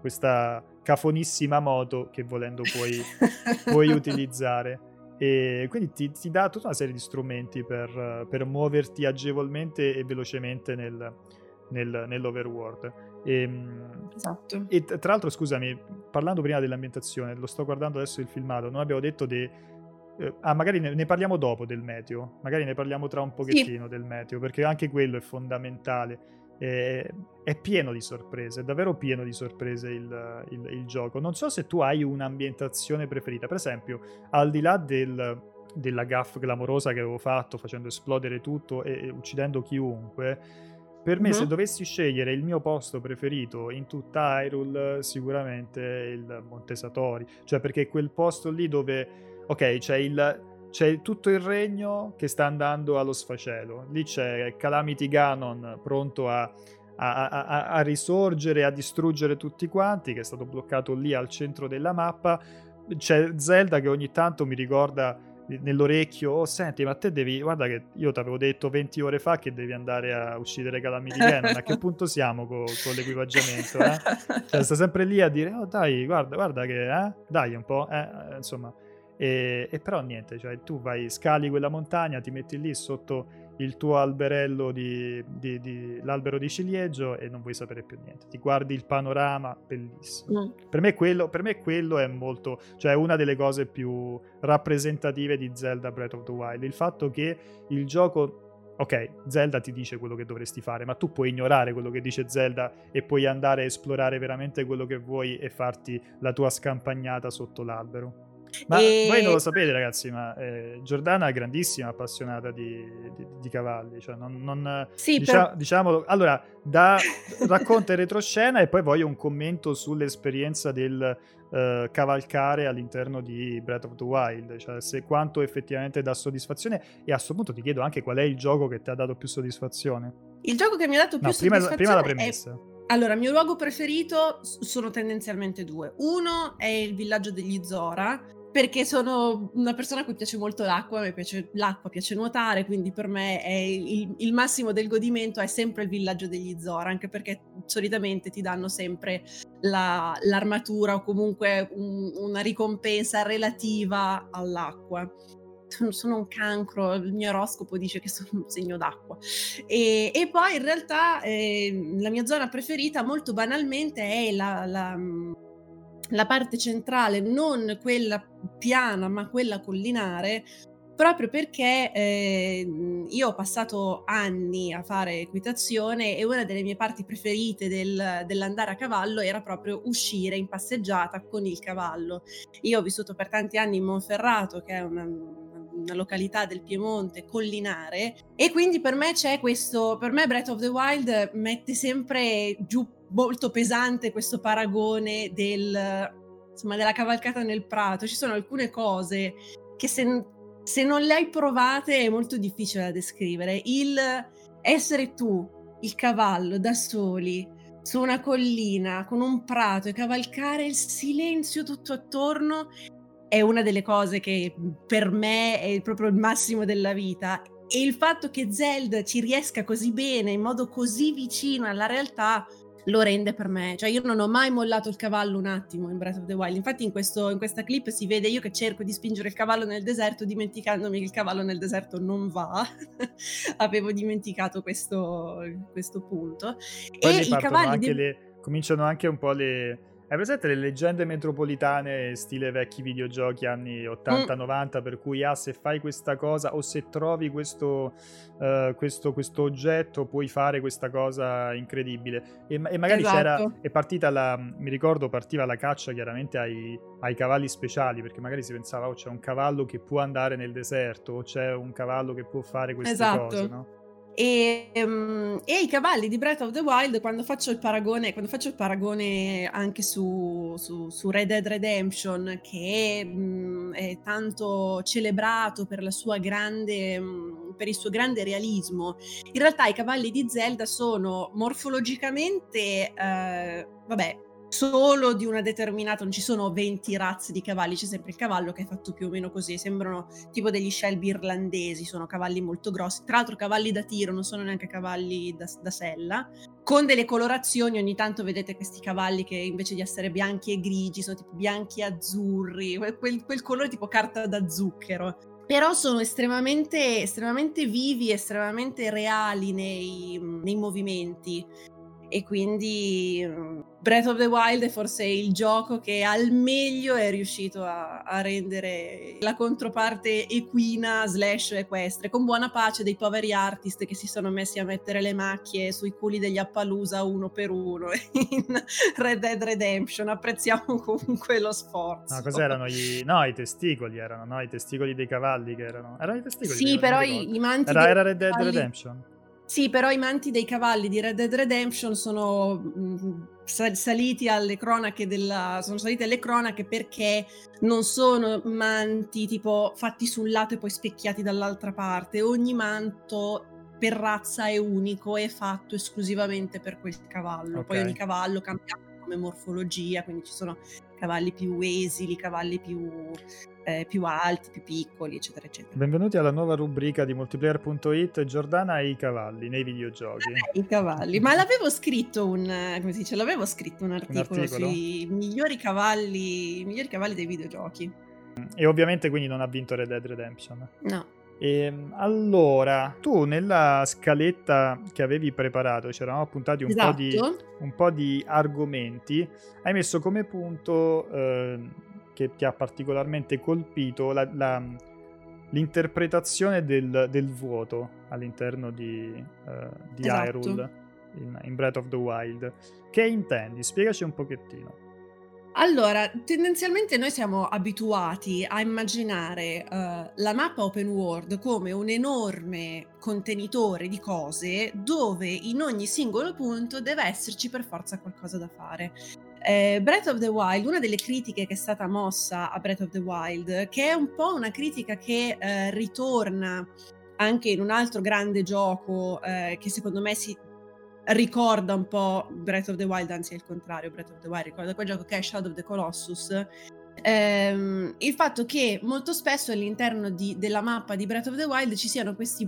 questa cafonissima moto che volendo puoi, puoi utilizzare. E quindi ti, ti dà tutta una serie di strumenti per, per muoverti agevolmente e velocemente nel, nel, nell'overworld. E, esatto. E tra l'altro, scusami, parlando prima dell'ambientazione, lo sto guardando adesso il filmato, non abbiamo detto di... Eh, ah, magari ne, ne parliamo dopo del meteo, magari ne parliamo tra un pochettino sì. del meteo, perché anche quello è fondamentale. Eh, è pieno di sorprese, è davvero pieno di sorprese il, il, il gioco. Non so se tu hai un'ambientazione preferita, per esempio, al di là del, della gaffe clamorosa che avevo fatto facendo esplodere tutto e, e uccidendo chiunque, per me, uh-huh. se dovessi scegliere il mio posto preferito in tutta Hyrule, sicuramente il Monte Satori. Cioè, perché è quel posto lì dove, ok, c'è, il, c'è tutto il regno che sta andando allo sfacelo. Lì c'è Calamity Ganon pronto a, a, a, a risorgere, a distruggere tutti quanti, che è stato bloccato lì al centro della mappa. C'è Zelda che ogni tanto mi ricorda nell'orecchio: oh senti, ma te devi, guarda che io ti avevo detto venti ore fa che devi andare a uccidere Calamity Ganon, a che punto siamo co- con l'equipaggiamento, eh? Cioè sta sempre lì a dire: oh dai, guarda, guarda che, eh? Dai un po', eh? Insomma, e, e però niente, cioè tu vai, scali quella montagna, ti metti lì sotto il tuo alberello di, di, di l'albero di ciliegio e non vuoi sapere più niente, ti guardi il panorama, bellissimo. Mm. Per me quello, per me quello è molto, cioè una delle cose più rappresentative di Zelda Breath of the Wild, il fatto che il gioco, ok, Zelda ti dice quello che dovresti fare, ma tu puoi ignorare quello che dice Zelda e puoi andare a esplorare veramente quello che vuoi e farti la tua scampagnata sotto l'albero. Ma e... voi non lo sapete, ragazzi, ma eh, Giordana è grandissima appassionata di, di, di cavalli, cioè non, non sì, diciamo, per... diciamolo, allora da, racconta in retroscena e poi voglio un commento sull'esperienza del uh, cavalcare all'interno di Breath of the Wild, cioè se quanto effettivamente dà soddisfazione, e a questo punto ti chiedo anche qual è il gioco che ti ha dato più soddisfazione. Il gioco che mi ha dato più no, prima, soddisfazione prima la premessa è... Allora, il mio luogo preferito sono tendenzialmente due. Uno è il villaggio degli Zora, perché sono una persona a cui piace molto l'acqua, mi piace l'acqua, piace nuotare, quindi per me è il, il massimo del godimento è sempre il villaggio degli Zora, anche perché solitamente ti danno sempre la, l'armatura o comunque un, una ricompensa relativa all'acqua. Sono un cancro, il mio oroscopo dice che sono un segno d'acqua. E, e poi in realtà eh, la mia zona preferita molto banalmente è la... la la parte centrale, non quella piana ma quella collinare, proprio perché eh, io ho passato anni a fare equitazione e una delle mie parti preferite del, dell'andare a cavallo era proprio uscire in passeggiata con il cavallo. Io ho vissuto per tanti anni in Monferrato, che è una, una località del Piemonte collinare, e quindi per me c'è questo, per me Breath of the Wild mette sempre giù molto pesante questo paragone del, insomma, della cavalcata nel prato. Ci sono alcune cose che se, se non le hai provate è molto difficile da descrivere. Il essere tu, il cavallo, da soli, su una collina, con un prato, e cavalcare il silenzio tutto attorno è una delle cose che per me è proprio il massimo della vita. E il fatto che Zelda ci riesca così bene, in modo così vicino alla realtà, lo rende per me. Cioè io non ho mai mollato il cavallo un attimo in Breath of the Wild. Infatti in, questo, in questa clip si vede io che cerco di spingere il cavallo nel deserto, dimenticandomi che il cavallo nel deserto non va. Avevo dimenticato questo, questo punto. Poi e lì i cavalli anche di... le, cominciano anche un po' le... Hai presente le leggende metropolitane stile vecchi videogiochi anni ottanta novanta, mm. per cui ah, se fai questa cosa o se trovi questo, uh, questo, questo oggetto puoi fare questa cosa incredibile. E, e magari esatto. c'era, è partita la, mi ricordo partiva la caccia chiaramente ai, ai cavalli speciali, perché magari si pensava oh, c'è un cavallo che può andare nel deserto o c'è un cavallo che può fare queste esatto. cose, no? E, um, e i cavalli di Breath of the Wild, quando faccio il paragone quando faccio il paragone anche su, su, su Red Dead Redemption, che um, è tanto celebrato per la sua grande um, per il suo grande realismo, in realtà i cavalli di Zelda sono morfologicamente uh, vabbè solo di una determinata, non ci sono venti razze di cavalli, c'è sempre il cavallo che è fatto più o meno così, sembrano tipo degli Shelby irlandesi, sono cavalli molto grossi, tra l'altro cavalli da tiro, non sono neanche cavalli da, da sella, con delle colorazioni. Ogni tanto vedete questi cavalli che invece di essere bianchi e grigi sono tipo bianchi e azzurri, quel, quel colore tipo carta da zucchero. Però sono estremamente, estremamente vivi, estremamente reali nei, nei movimenti. E quindi Breath of the Wild è forse il gioco che al meglio è riuscito a, a rendere la controparte equina slash equestre, con buona pace dei poveri artist che si sono messi a mettere le macchie sui culi degli Appaloosa uno per uno in Red Dead Redemption. Apprezziamo comunque lo sforzo. No, cos'erano? Gli... No, i testicoli erano, no? I testicoli dei cavalli che erano... Erano i testicoli? Sì, dei... però i, i manti era, dei era Red Dead cavalli... Redemption? Sì, però i manti dei cavalli di Red Dead Redemption sono mh, saliti alle cronache della sono saliti alle cronache perché non sono manti tipo fatti sul lato e poi specchiati dall'altra parte. Ogni manto per razza è unico, è fatto esclusivamente per quel cavallo. Ok. Poi ogni cavallo cambia come morfologia, quindi ci sono cavalli più esili, cavalli più Eh, più alti, più piccoli, eccetera, eccetera. Benvenuti alla nuova rubrica di multiplayer punto it, Giordana e i cavalli nei videogiochi. Eh, I cavalli, ma l'avevo scritto un, come si dice, l'avevo scritto un articolo, un articolo? sui migliori cavalli, i migliori cavalli dei videogiochi. E ovviamente quindi non ha vinto Red Dead Redemption. No. E, allora, tu nella scaletta che avevi preparato, ci eravamo appuntati un, esatto. po' di, un po' di argomenti, hai messo come punto... Eh, che ti ha particolarmente colpito la, la, l'interpretazione del, del vuoto all'interno di, uh, di esatto. Hyrule in, in Breath of the Wild. Che intendi? Spiegaci un pochettino. Allora, tendenzialmente noi siamo abituati a immaginare uh, la mappa open world come un enorme contenitore di cose dove in ogni singolo punto deve esserci per forza qualcosa da fare. Eh, Breath of the Wild, una delle critiche che è stata mossa a Breath of the Wild, che è un po' una critica che eh, ritorna anche in un altro grande gioco eh, che secondo me si ricorda un po' Breath of the Wild, anzi è il contrario, Breath of the Wild ricorda quel gioco che è Shadow of the Colossus, ehm, il fatto che molto spesso all'interno di, della mappa di Breath of the Wild ci siano questi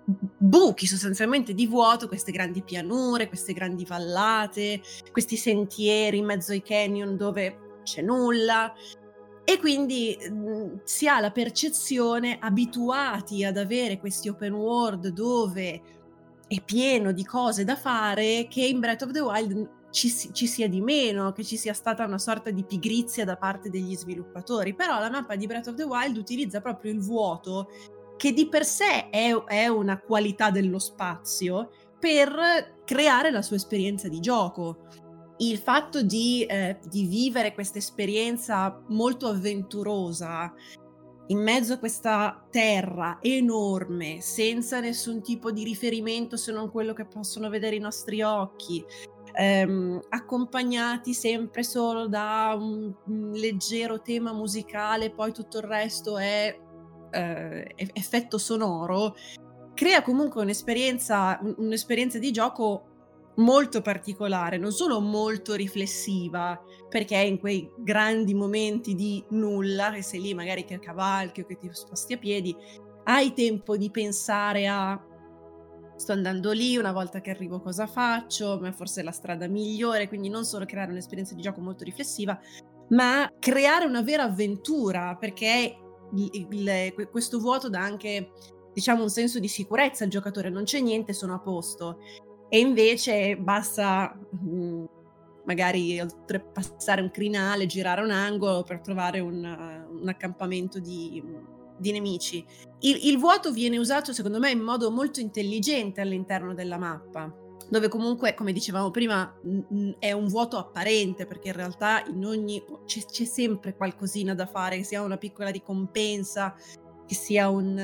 buchi sostanzialmente di vuoto, queste grandi pianure, queste grandi vallate, questi sentieri in mezzo ai canyon dove c'è nulla, e quindi mh, si ha la percezione, abituati ad avere questi open world dove è pieno di cose da fare, che in Breath of the Wild ci, ci sia di meno, che ci sia stata una sorta di pigrizia da parte degli sviluppatori. Però la mappa di Breath of the Wild utilizza proprio il vuoto, che di per sé è, è una qualità dello spazio, per creare la sua esperienza di gioco. Il fatto di, eh, di vivere questa esperienza molto avventurosa in mezzo a questa terra enorme, senza nessun tipo di riferimento se non quello che possono vedere i nostri occhi, ehm, accompagnati sempre solo da un, un leggero tema musicale, poi tutto il resto è eh, effetto sonoro, crea comunque un'esperienza, un'esperienza di gioco molto particolare, non solo molto riflessiva, perché in quei grandi momenti di nulla, che sei lì magari che cavalchi o che ti sposti a piedi, hai tempo di pensare a sto andando lì, una volta che arrivo cosa faccio, ma forse è la strada migliore, quindi non solo creare un'esperienza di gioco molto riflessiva, ma creare una vera avventura, perché il, il, questo vuoto dà anche, diciamo, un senso di sicurezza al giocatore, non c'è niente, sono a posto. E invece basta mh, magari oltrepassare un crinale, girare un angolo per trovare un, un accampamento di, di nemici. Il, il vuoto viene usato secondo me in modo molto intelligente all'interno della mappa, dove comunque, come dicevamo prima, mh, è un vuoto apparente, perché in realtà in ogni c'è, c'è sempre qualcosina da fare, che sia una piccola ricompensa, che sia un,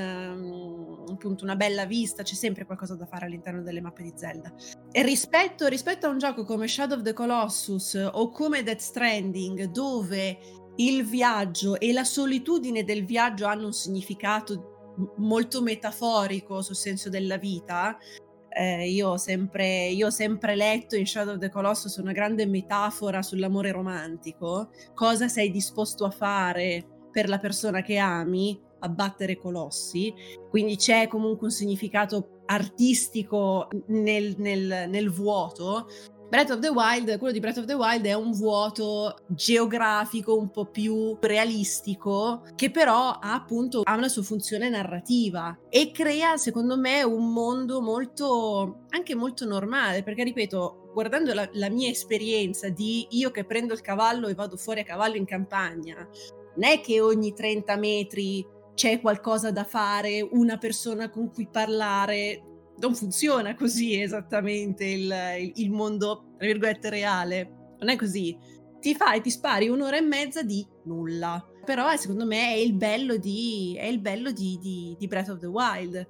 um, appunto una bella vista, c'è sempre qualcosa da fare all'interno delle mappe di Zelda. E rispetto, rispetto a un gioco come Shadow of the Colossus o come Death Stranding, dove il viaggio e la solitudine del viaggio hanno un significato molto metaforico sul senso della vita, eh, io, ho sempre, io ho sempre letto in Shadow of the Colossus una grande metafora sull'amore romantico. Cosa sei disposto a fare per la persona che ami? Abbattere colossi. Quindi c'è comunque un significato artistico nel, nel, nel vuoto. Breath of the Wild, quello di Breath of the Wild è un vuoto geografico un po' più realistico, che però ha appunto ha una sua funzione narrativa e crea, secondo me, un mondo molto anche molto normale, perché ripeto, guardando la, la mia esperienza di io che prendo il cavallo e vado fuori a cavallo in campagna, non è che ogni trenta metri c'è qualcosa da fare, una persona con cui parlare. Non funziona così esattamente il, il, il mondo, tra virgolette, reale. Non è così. Ti fai, ti spari un'ora e mezza di nulla. Però secondo me è il bello di, è il bello di, di, di Breath of the Wild.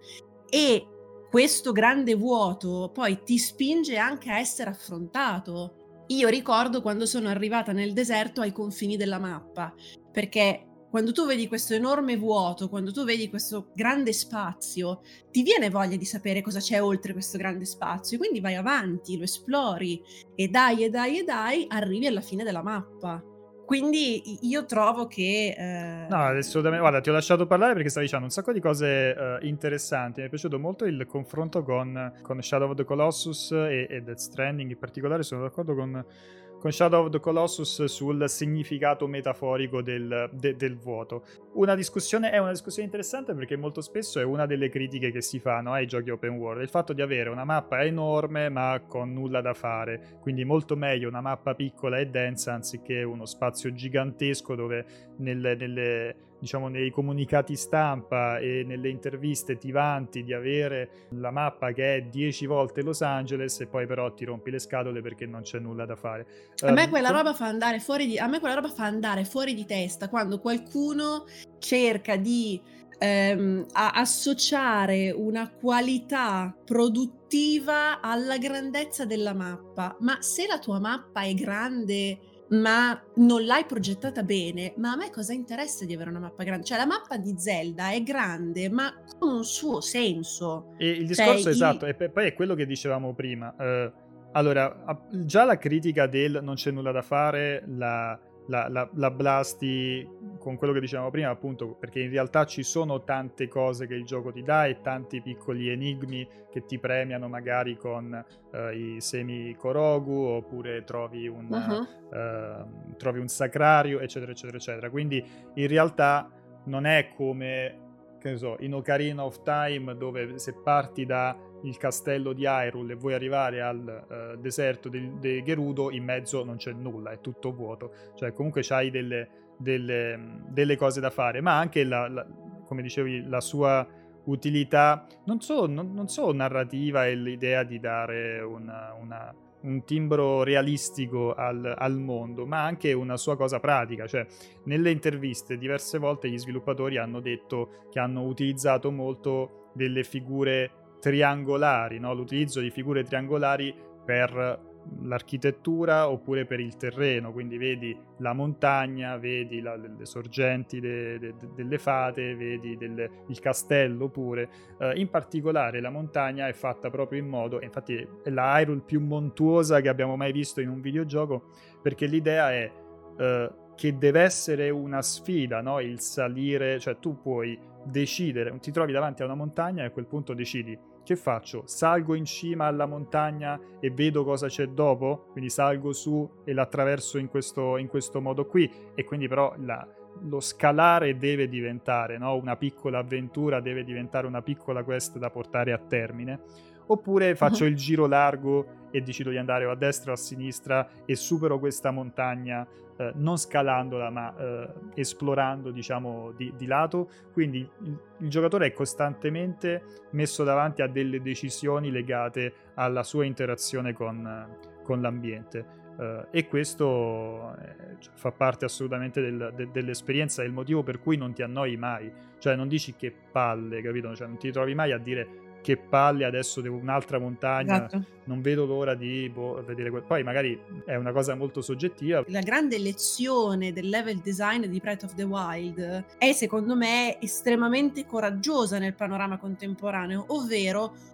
E questo grande vuoto poi ti spinge anche a essere affrontato. Io ricordo quando sono arrivata nel deserto ai confini della mappa, perché quando tu vedi questo enorme vuoto, quando tu vedi questo grande spazio, ti viene voglia di sapere cosa c'è oltre questo grande spazio, quindi vai avanti, lo esplori e dai e dai e dai, arrivi alla fine della mappa. Quindi io trovo che... Eh... No, assolutamente. Guarda, ti ho lasciato parlare perché stavi dicendo un sacco di cose uh, interessanti. Mi è piaciuto molto il confronto con, con Shadow of the Colossus e, e Death Stranding in particolare. Sono d'accordo con... con Shadow of the Colossus sul significato metaforico del, de, del vuoto. Una discussione, è una discussione interessante perché molto spesso è una delle critiche che si fanno ai giochi open world, il fatto di avere una mappa enorme ma con nulla da fare, quindi molto meglio una mappa piccola e densa anziché uno spazio gigantesco dove nelle, nelle diciamo nei comunicati stampa e nelle interviste ti vanti di avere la mappa che è dieci volte Los Angeles e poi però ti rompi le scatole perché non c'è nulla da fare. A me quella roba fa andare fuori di, a me quella roba fa andare fuori di testa quando qualcuno cerca di ehm, a- associare una qualità produttiva alla grandezza della mappa. Ma se la tua mappa è grande ma non l'hai progettata bene, ma a me cosa interessa di avere una mappa grande? Cioè la mappa di Zelda è grande ma con un suo senso. E il discorso cioè, esatto, il... e poi è quello che dicevamo prima. Uh, allora, già la critica del non c'è nulla da fare la, la, la, la blasti con quello che dicevamo prima, appunto, perché in realtà ci sono tante cose che il gioco ti dà e tanti piccoli enigmi che ti premiano magari con uh, i semi Korogu, oppure trovi un, uh-huh. uh, trovi un sacrario, eccetera, eccetera, eccetera. Quindi in realtà non è come, che ne so, in Ocarina of Time, dove se parti da il castello di Hyrule e vuoi arrivare al uh, deserto di de Gerudo, in mezzo non c'è nulla, è tutto vuoto, cioè comunque c'hai delle, delle, delle cose da fare, ma anche la, la, come dicevi, la sua utilità non solo, non, non solo narrativa e l'idea di dare una, una, un timbro realistico al, al mondo, ma anche una sua cosa pratica. Cioè nelle interviste diverse volte gli sviluppatori hanno detto che hanno utilizzato molto delle figure triangolari, no? L'utilizzo di figure triangolari per l'architettura oppure per il terreno, quindi vedi la montagna, vedi la, le sorgenti de, de, de, delle fate, vedi delle, il castello pure. Uh, in particolare la montagna è fatta proprio in modo, infatti è la Hyrule più montuosa che abbiamo mai visto in un videogioco, perché l'idea è uh, che deve essere una sfida, no? Il salire, cioè tu puoi decidere, ti trovi davanti a una montagna e a quel punto decidi: che faccio? Salgo in cima alla montagna e vedo cosa c'è dopo? Quindi salgo su e l'attraverso in questo, in questo modo qui, e quindi però la, lo scalare deve diventare, no? Una piccola avventura, deve diventare una piccola quest da portare a termine. Oppure faccio uh-huh. il giro largo e decido di andare o a destra o a sinistra e supero questa montagna eh, non scalandola ma eh, esplorando, diciamo, di, di lato. Quindi il, il giocatore è costantemente messo davanti a delle decisioni legate alla sua interazione con, con l'ambiente. Uh, e questo eh, cioè, fa parte assolutamente del, de, dell'esperienza, è il motivo per cui non ti annoi mai, cioè non dici che palle, capito? Cioè non ti trovi mai a dire che palle, adesso devo un'altra montagna, esatto. Non vedo l'ora di boh, vedere que- poi magari è una cosa molto soggettiva. La grande lezione del level design di Breath of the Wild è secondo me estremamente coraggiosa nel panorama contemporaneo, ovvero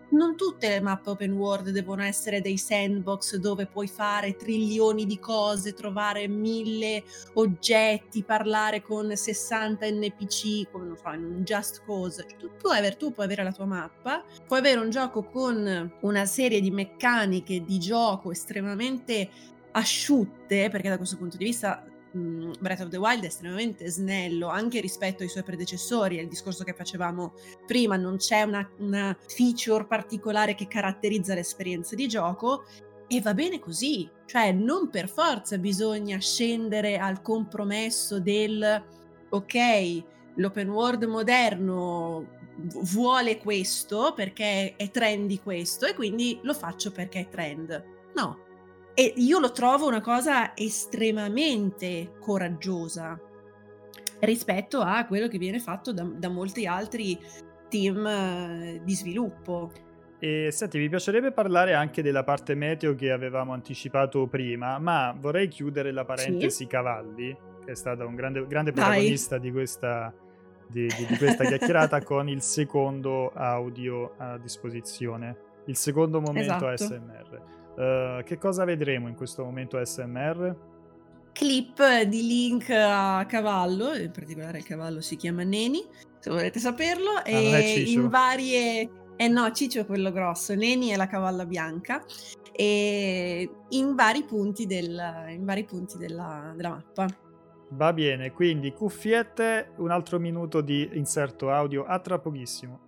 non tutte le mappe open world devono essere dei sandbox dove puoi fare trilioni di cose, trovare mille oggetti, parlare con sessanta N P C, come non so, in un Just Cause. Cioè, tu, puoi avere, tu puoi avere la tua mappa, puoi avere un gioco con una serie di meccaniche di gioco estremamente asciutte, perché da questo punto di vista Breath of the Wild è estremamente snello anche rispetto ai suoi predecessori. È il discorso che facevamo prima, non c'è una, una feature particolare che caratterizza l'esperienza di gioco, e va bene così, cioè non per forza bisogna scendere al compromesso del ok, l'open world moderno vuole questo perché è trendy questo e quindi lo faccio perché è trend. No. E io lo trovo una cosa estremamente coraggiosa rispetto a quello che viene fatto da, da molti altri team eh, di sviluppo. E senti, mi piacerebbe parlare anche della parte meteo che avevamo anticipato prima, ma vorrei chiudere la parentesi sì? cavalli, che è stata un grande, grande protagonista di questa, di, di, di questa chiacchierata, con il secondo audio a disposizione, il secondo momento esatto. A S M R. Uh, che cosa vedremo in questo momento A S M R? Clip di Link a cavallo, in particolare il cavallo si chiama Neni, se volete saperlo, ah, e non è Ciccio. in varie... Eh no, Ciccio è quello grosso, Neni è la cavalla bianca, e in vari punti, del, in vari punti della, della mappa. Va bene, quindi cuffiette, un altro minuto di inserto audio, a tra pochissimo.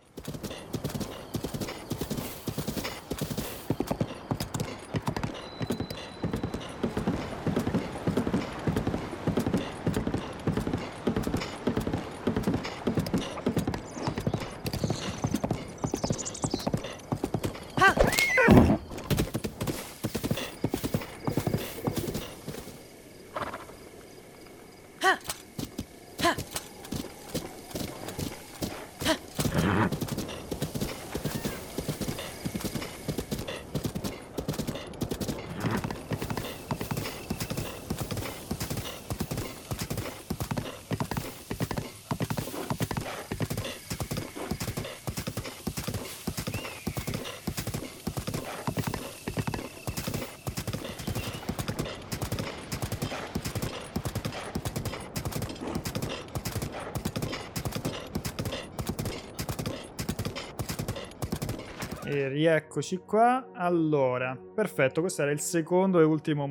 E rieccoci qua. Allora, perfetto, questo era il secondo e ultimo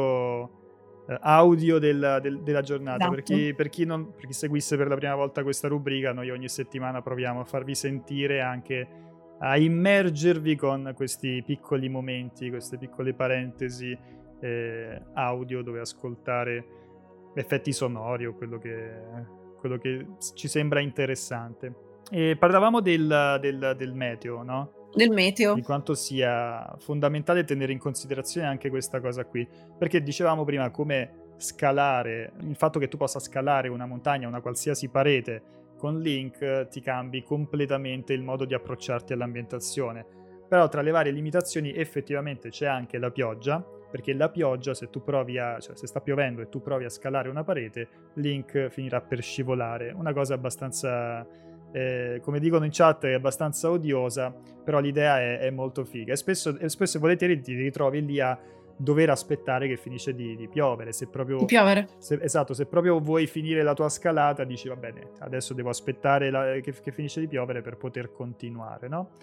momento eh, audio del, del, della giornata. Esatto. Per chi, per, chi non, per chi seguisse per la prima volta questa rubrica, noi ogni settimana proviamo a farvi sentire, anche a immergervi con questi piccoli momenti, queste piccole parentesi eh, audio dove ascoltare effetti sonori o quello che, quello che ci sembra interessante. E parlavamo del, del, del meteo, no? Del meteo. Di quanto sia fondamentale tenere in considerazione anche questa cosa qui, perché dicevamo prima come scalare, il fatto che tu possa scalare una montagna, una qualsiasi parete con Link ti cambi completamente il modo di approcciarti all'ambientazione. Però tra le varie limitazioni effettivamente c'è anche la pioggia, perché la pioggia, se tu provi a, cioè se sta piovendo e tu provi a scalare una parete, Link finirà per scivolare, una cosa abbastanza Eh, come dicono in chat è abbastanza odiosa, però l'idea è, è molto figa e spesso, e spesso e volentieri ti ritrovi lì a dover aspettare che finisce di, di piovere. Se proprio, di piovere se, esatto, se proprio vuoi finire la tua scalata dici va bene, adesso devo aspettare la, che, che finisce di piovere per poter continuare, no?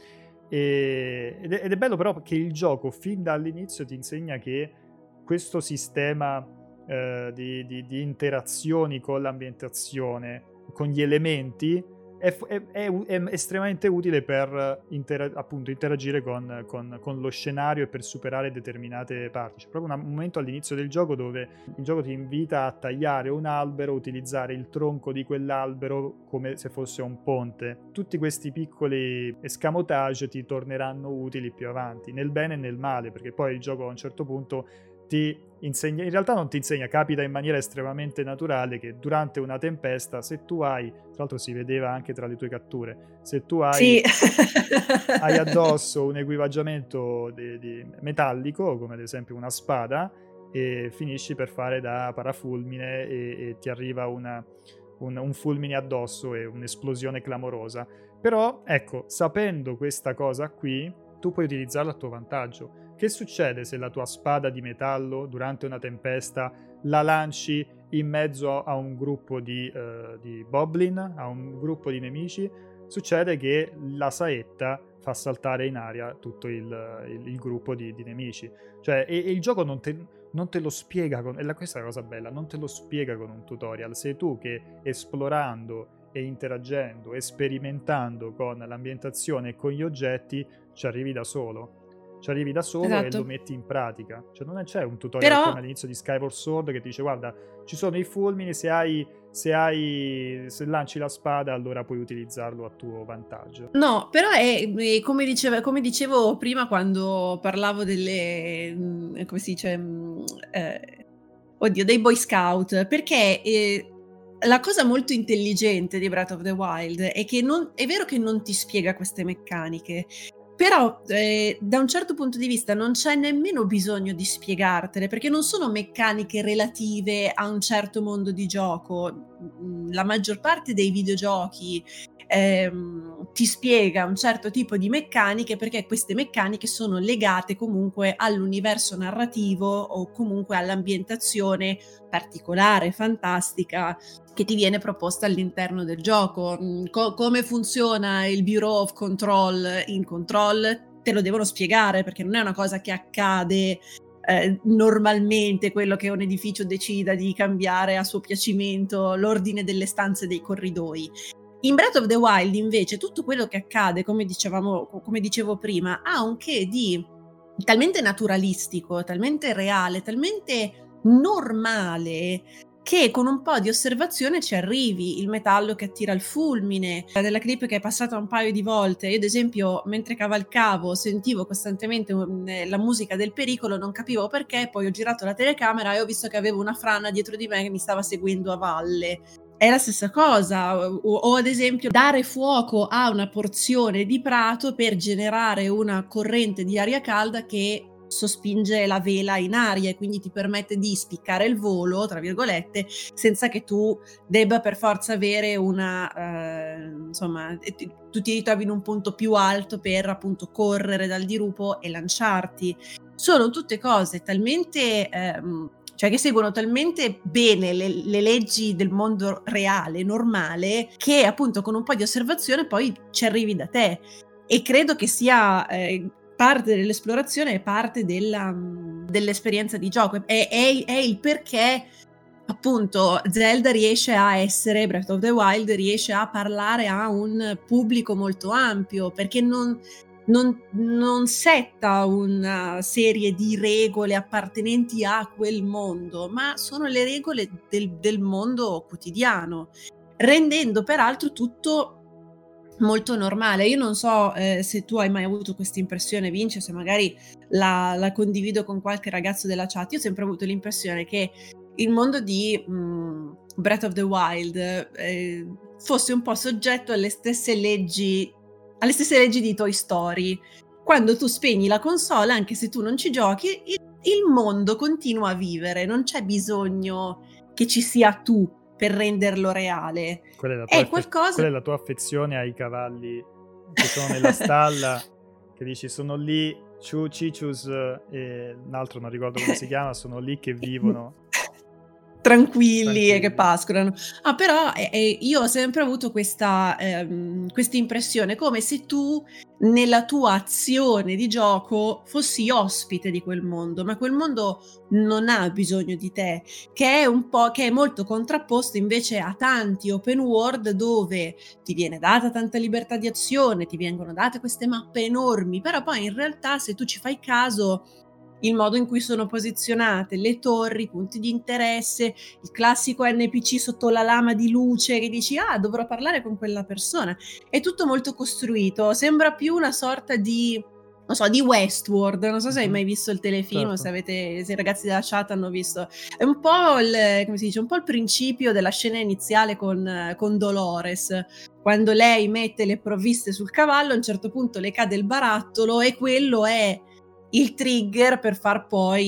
E, ed, è, ed è bello però che il gioco fin dall'inizio ti insegna che questo sistema eh, di, di, di interazioni con l'ambientazione, con gli elementi, È, è, è, è estremamente utile per intera- appunto interagire con, con, con lo scenario e per superare determinate parti. C'è proprio una, un momento all'inizio del gioco dove il gioco ti invita a tagliare un albero, utilizzare il tronco di quell'albero come se fosse un ponte. Tutti questi piccoli escamotage ti torneranno utili più avanti, nel bene e nel male, perché poi il gioco a un certo punto ti insegna, in realtà non ti insegna, capita in maniera estremamente naturale che durante una tempesta, se tu hai, tra l'altro si vedeva anche tra le tue catture, se tu hai, sì. hai addosso un equipaggiamento di, di metallico, come ad esempio una spada, e finisci per fare da parafulmine e, e ti arriva una, un, un fulmine addosso e un'esplosione clamorosa. Però, ecco, sapendo questa cosa qui, tu puoi utilizzarla a tuo vantaggio. Che succede se la tua spada di metallo, durante una tempesta, la lanci in mezzo a un gruppo di, uh, di boblin, a un gruppo di nemici? Succede che la saetta fa saltare in aria tutto il, il, il gruppo di, di nemici. Cioè, e, e il gioco non te, non te lo spiega, con, e questa è la cosa bella, non te lo spiega con un tutorial. Sei tu che, esplorando e interagendo, sperimentando con l'ambientazione e con gli oggetti, ci arrivi da solo. Ci arrivi da solo esatto. e lo metti in pratica. Cioè non c'è un tutorial Però... come all'inizio di Skyward Sword che ti dice guarda, ci sono i fulmini, se hai, se hai se lanci la spada allora puoi utilizzarlo a tuo vantaggio. No, però è, è come, diceva, come dicevo prima quando parlavo delle come si dice eh, oddio, dei Boy Scout, perché eh, la cosa molto intelligente di Breath of the Wild è che non, è vero che non ti spiega queste meccaniche, però eh, da un certo punto di vista non c'è nemmeno bisogno di spiegartele, perché non sono meccaniche relative a un certo mondo di gioco. La maggior parte dei videogiochi ehm, ti spiega un certo tipo di meccaniche perché queste meccaniche sono legate comunque all'universo narrativo o comunque all'ambientazione particolare, fantastica, che ti viene proposta all'interno del gioco. Co- come funziona il Bureau of Control in Control te lo devono spiegare, perché non è una cosa che accade eh, normalmente, quello che un edificio decida di cambiare a suo piacimento l'ordine delle stanze dei corridoi. In Breath of the Wild invece tutto quello che accade, come dicevamo, come dicevo prima, ha un che di talmente naturalistico, talmente reale, talmente normale, che con un po' di osservazione ci arrivi. Il metallo che attira il fulmine, della clip che è passata un paio di volte. Io ad esempio mentre cavalcavo sentivo costantemente la musica del pericolo, non capivo perché, poi ho girato la telecamera e ho visto che avevo una frana dietro di me che mi stava seguendo a valle. È la stessa cosa, o, o ad esempio dare fuoco a una porzione di prato per generare una corrente di aria calda che sospinge la vela in aria e quindi ti permette di spiccare il volo, tra virgolette, senza che tu debba per forza avere una, eh, insomma, ti, tu ti ritrovi in un punto più alto per appunto correre dal dirupo e lanciarti. Sono tutte cose talmente, ehm, cioè che seguono talmente bene le, le leggi del mondo reale, normale, che appunto con un po' di osservazione poi ci arrivi da te. E credo che sia eh, parte dell'esplorazione e parte della, dell'esperienza di gioco. È, è, è il perché appunto Zelda riesce a essere, Breath of the Wild riesce a parlare a un pubblico molto ampio, perché non, non, non setta una serie di regole appartenenti a quel mondo, ma sono le regole del, del mondo quotidiano, rendendo peraltro tutto molto normale. Io non so eh, se tu hai mai avuto questa impressione, Vince, se magari la, la condivido con qualche ragazzo della chat. Io ho sempre avuto l'impressione che il mondo di mh, Breath of the Wild eh, fosse un po' soggetto alle stesse leggi alle stesse leggi di Toy Story. Quando tu spegni la console, anche se tu non ci giochi, il, il mondo continua a vivere, non c'è bisogno che ci sia tu per renderlo reale. Quella è la tua, è affe- qualcosa... quella è la tua affezione ai cavalli che sono nella stalla, che dici sono lì, Chu, Cicius e un altro non ricordo come si chiama, sono lì che vivono tranquilli, tranquilli e che pascolano. Ah, però eh, eh, io ho sempre avuto questa ehm, questa impressione, come se tu nella tua azione di gioco fossi ospite di quel mondo, ma quel mondo non ha bisogno di te, che è un po' che è molto contrapposto invece a tanti open world dove ti viene data tanta libertà di azione, ti vengono date queste mappe enormi, però poi in realtà se tu ci fai caso il modo in cui sono posizionate le torri, i punti di interesse, il classico N P C sotto la lama di luce che dici ah dovrò parlare con quella persona, è tutto molto costruito, sembra più una sorta di non so, di Westworld, non so se hai mai visto il telefilm, certo. se avete se i ragazzi della chat hanno visto, è un po' il, come si dice, un po' il principio della scena iniziale con, con Dolores, quando lei mette le provviste sul cavallo, a un certo punto le cade il barattolo e quello è il trigger per far poi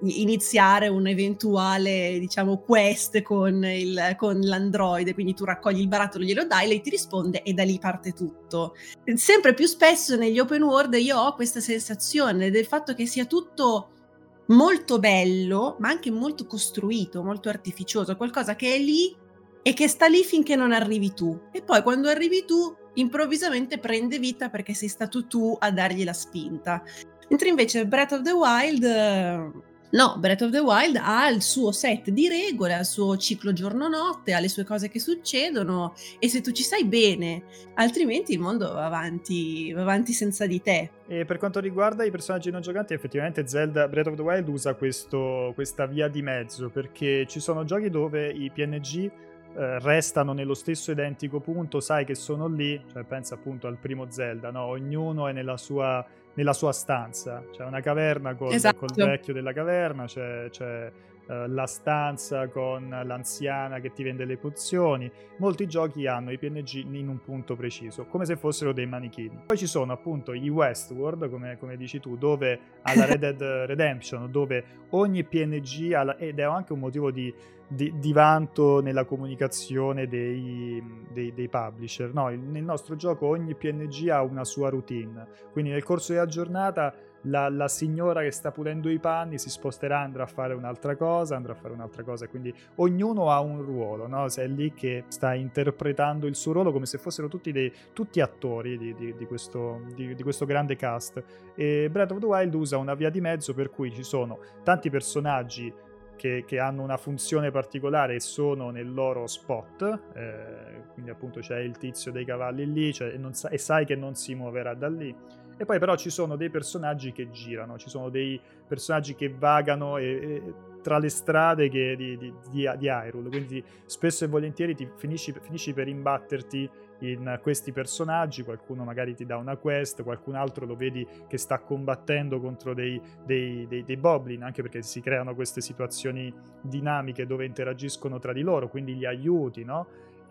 iniziare un eventuale, diciamo, quest con, il, con l'androide, quindi tu raccogli il barattolo, glielo dai, lei ti risponde e da lì parte tutto. Sempre più spesso negli open world io ho questa sensazione del fatto che sia tutto molto bello, ma anche molto costruito, molto artificioso, qualcosa che è lì e che sta lì finché non arrivi tu. E poi quando arrivi tu, improvvisamente prende vita perché sei stato tu a dargli la spinta. Mentre invece Breath of the Wild, eh, no, Breath of the Wild ha il suo set di regole, ha il suo ciclo giorno-notte, ha le sue cose che succedono, e se tu ci sai bene, altrimenti il mondo va avanti, va avanti senza di te. E per quanto riguarda i personaggi non giocanti, effettivamente Zelda Breath of the Wild usa questo, questa via di mezzo, perché ci sono giochi dove i P N G eh, restano nello stesso identico punto, sai che sono lì, cioè pensa appunto al primo Zelda, no? Ognuno è nella sua, nella sua stanza, c'è una caverna col, Esatto. col vecchio della caverna, c'è, c'è uh, la stanza con l'anziana che ti vende le pozioni. Molti giochi hanno i P N G in un punto preciso, come se fossero dei manichini. Poi ci sono appunto i Westworld, come, come dici tu, dove alla Red Dead Redemption, dove ogni P N G ha la, ed è anche un motivo di Di, di vanto nella comunicazione dei, dei, dei publisher, no? Il, nel nostro gioco ogni P N G ha una sua routine, quindi nel corso della giornata la, la signora che sta pulendo i panni si sposterà, andrà a fare un'altra cosa, andrà a fare un'altra cosa, quindi ognuno ha un ruolo, no? Se è lì che sta interpretando il suo ruolo come se fossero tutti, dei, tutti attori di, di, di, questo, di, di questo grande cast. E Breath of the Wild usa una via di mezzo per cui ci sono tanti personaggi Che, che hanno una funzione particolare e sono nel loro spot, eh, quindi appunto c'è il tizio dei cavalli lì, cioè, e, non sa- e sai che non si muoverà da lì. E poi però ci sono dei personaggi che girano, ci sono dei personaggi che vagano e, e, tra le strade che, di, di, di, di Hyrule, quindi spesso e volentieri ti finisci, finisci per imbatterti in questi personaggi, qualcuno magari ti dà una quest, qualcun altro lo vedi che sta combattendo contro dei, dei, dei, dei goblin, anche perché si creano queste situazioni dinamiche dove interagiscono tra di loro, quindi li aiuti, no?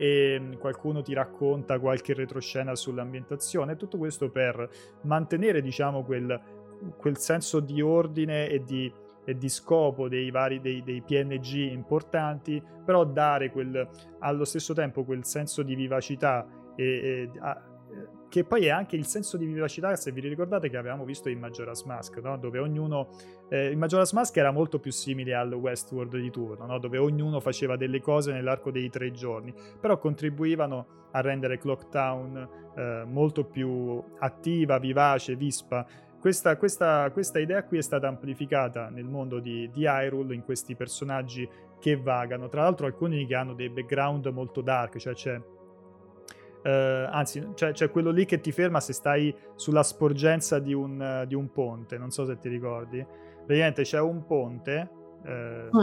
E qualcuno ti racconta qualche retroscena sull'ambientazione, tutto questo per mantenere, diciamo, quel, quel senso di ordine e di, e di scopo dei vari dei, dei P N G importanti, però dare quel, allo stesso tempo quel senso di vivacità e, e a, che poi è anche il senso di vivacità, se vi ricordate, che avevamo visto in Majora's Mask, no? Dove ognuno eh, in Majora's Mask era molto più simile al Westworld di turno, no? Dove ognuno faceva delle cose nell'arco dei tre giorni, però contribuivano a rendere Clock Town eh, molto più attiva, vivace, vispa. Questa, questa, questa idea qui è stata amplificata nel mondo di, di Hyrule, in questi personaggi che vagano, tra l'altro alcuni che hanno dei background molto dark, cioè c'è Uh, anzi, c'è, c'è quello lì che ti ferma se stai sulla sporgenza di un, uh, di un ponte, non so se ti ricordi. Praticamente c'è un ponte, uh,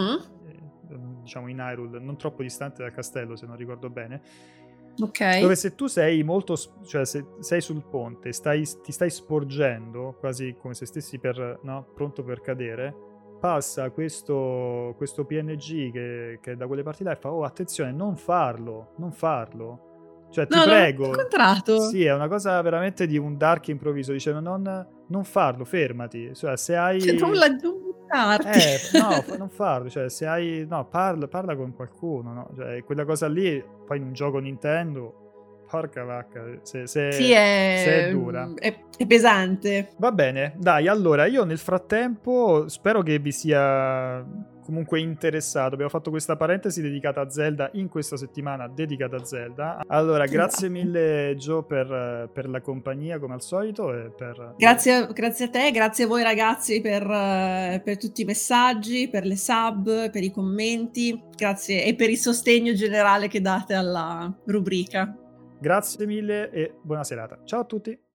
mm. diciamo in Hyrule, non troppo distante dal castello, se non ricordo bene, okay. Dove se tu sei molto, cioè se sei sul ponte, stai, ti stai sporgendo, quasi come se stessi per, no, pronto per cadere, passa questo, questo P N G che, che è da quelle parti là e fa: oh, attenzione, non farlo, non farlo. Cioè, ti no, prego. Non incontrato. Sì, è una cosa veramente di un dark improvviso. Dice: non, non farlo, fermati. Cioè, se hai. Cioè, non la buttarti. Eh, no, non farlo. Cioè, se hai. No, parla, parla con qualcuno, no? Cioè, quella cosa lì, poi in un gioco Nintendo. Porca vacca, se, se, sì, è, se è dura. È, è pesante. Va bene, dai, allora io nel frattempo spero che vi sia comunque interessato. Abbiamo fatto questa parentesi dedicata a Zelda in questa settimana dedicata a Zelda. Allora, grazie esatto. mille Gio per, per la compagnia come al solito e per... grazie, grazie a te, grazie a voi ragazzi per, per tutti i messaggi, per le sub, per i commenti, grazie e per il sostegno generale che date alla rubrica. Grazie mille e buona serata. Ciao a tutti.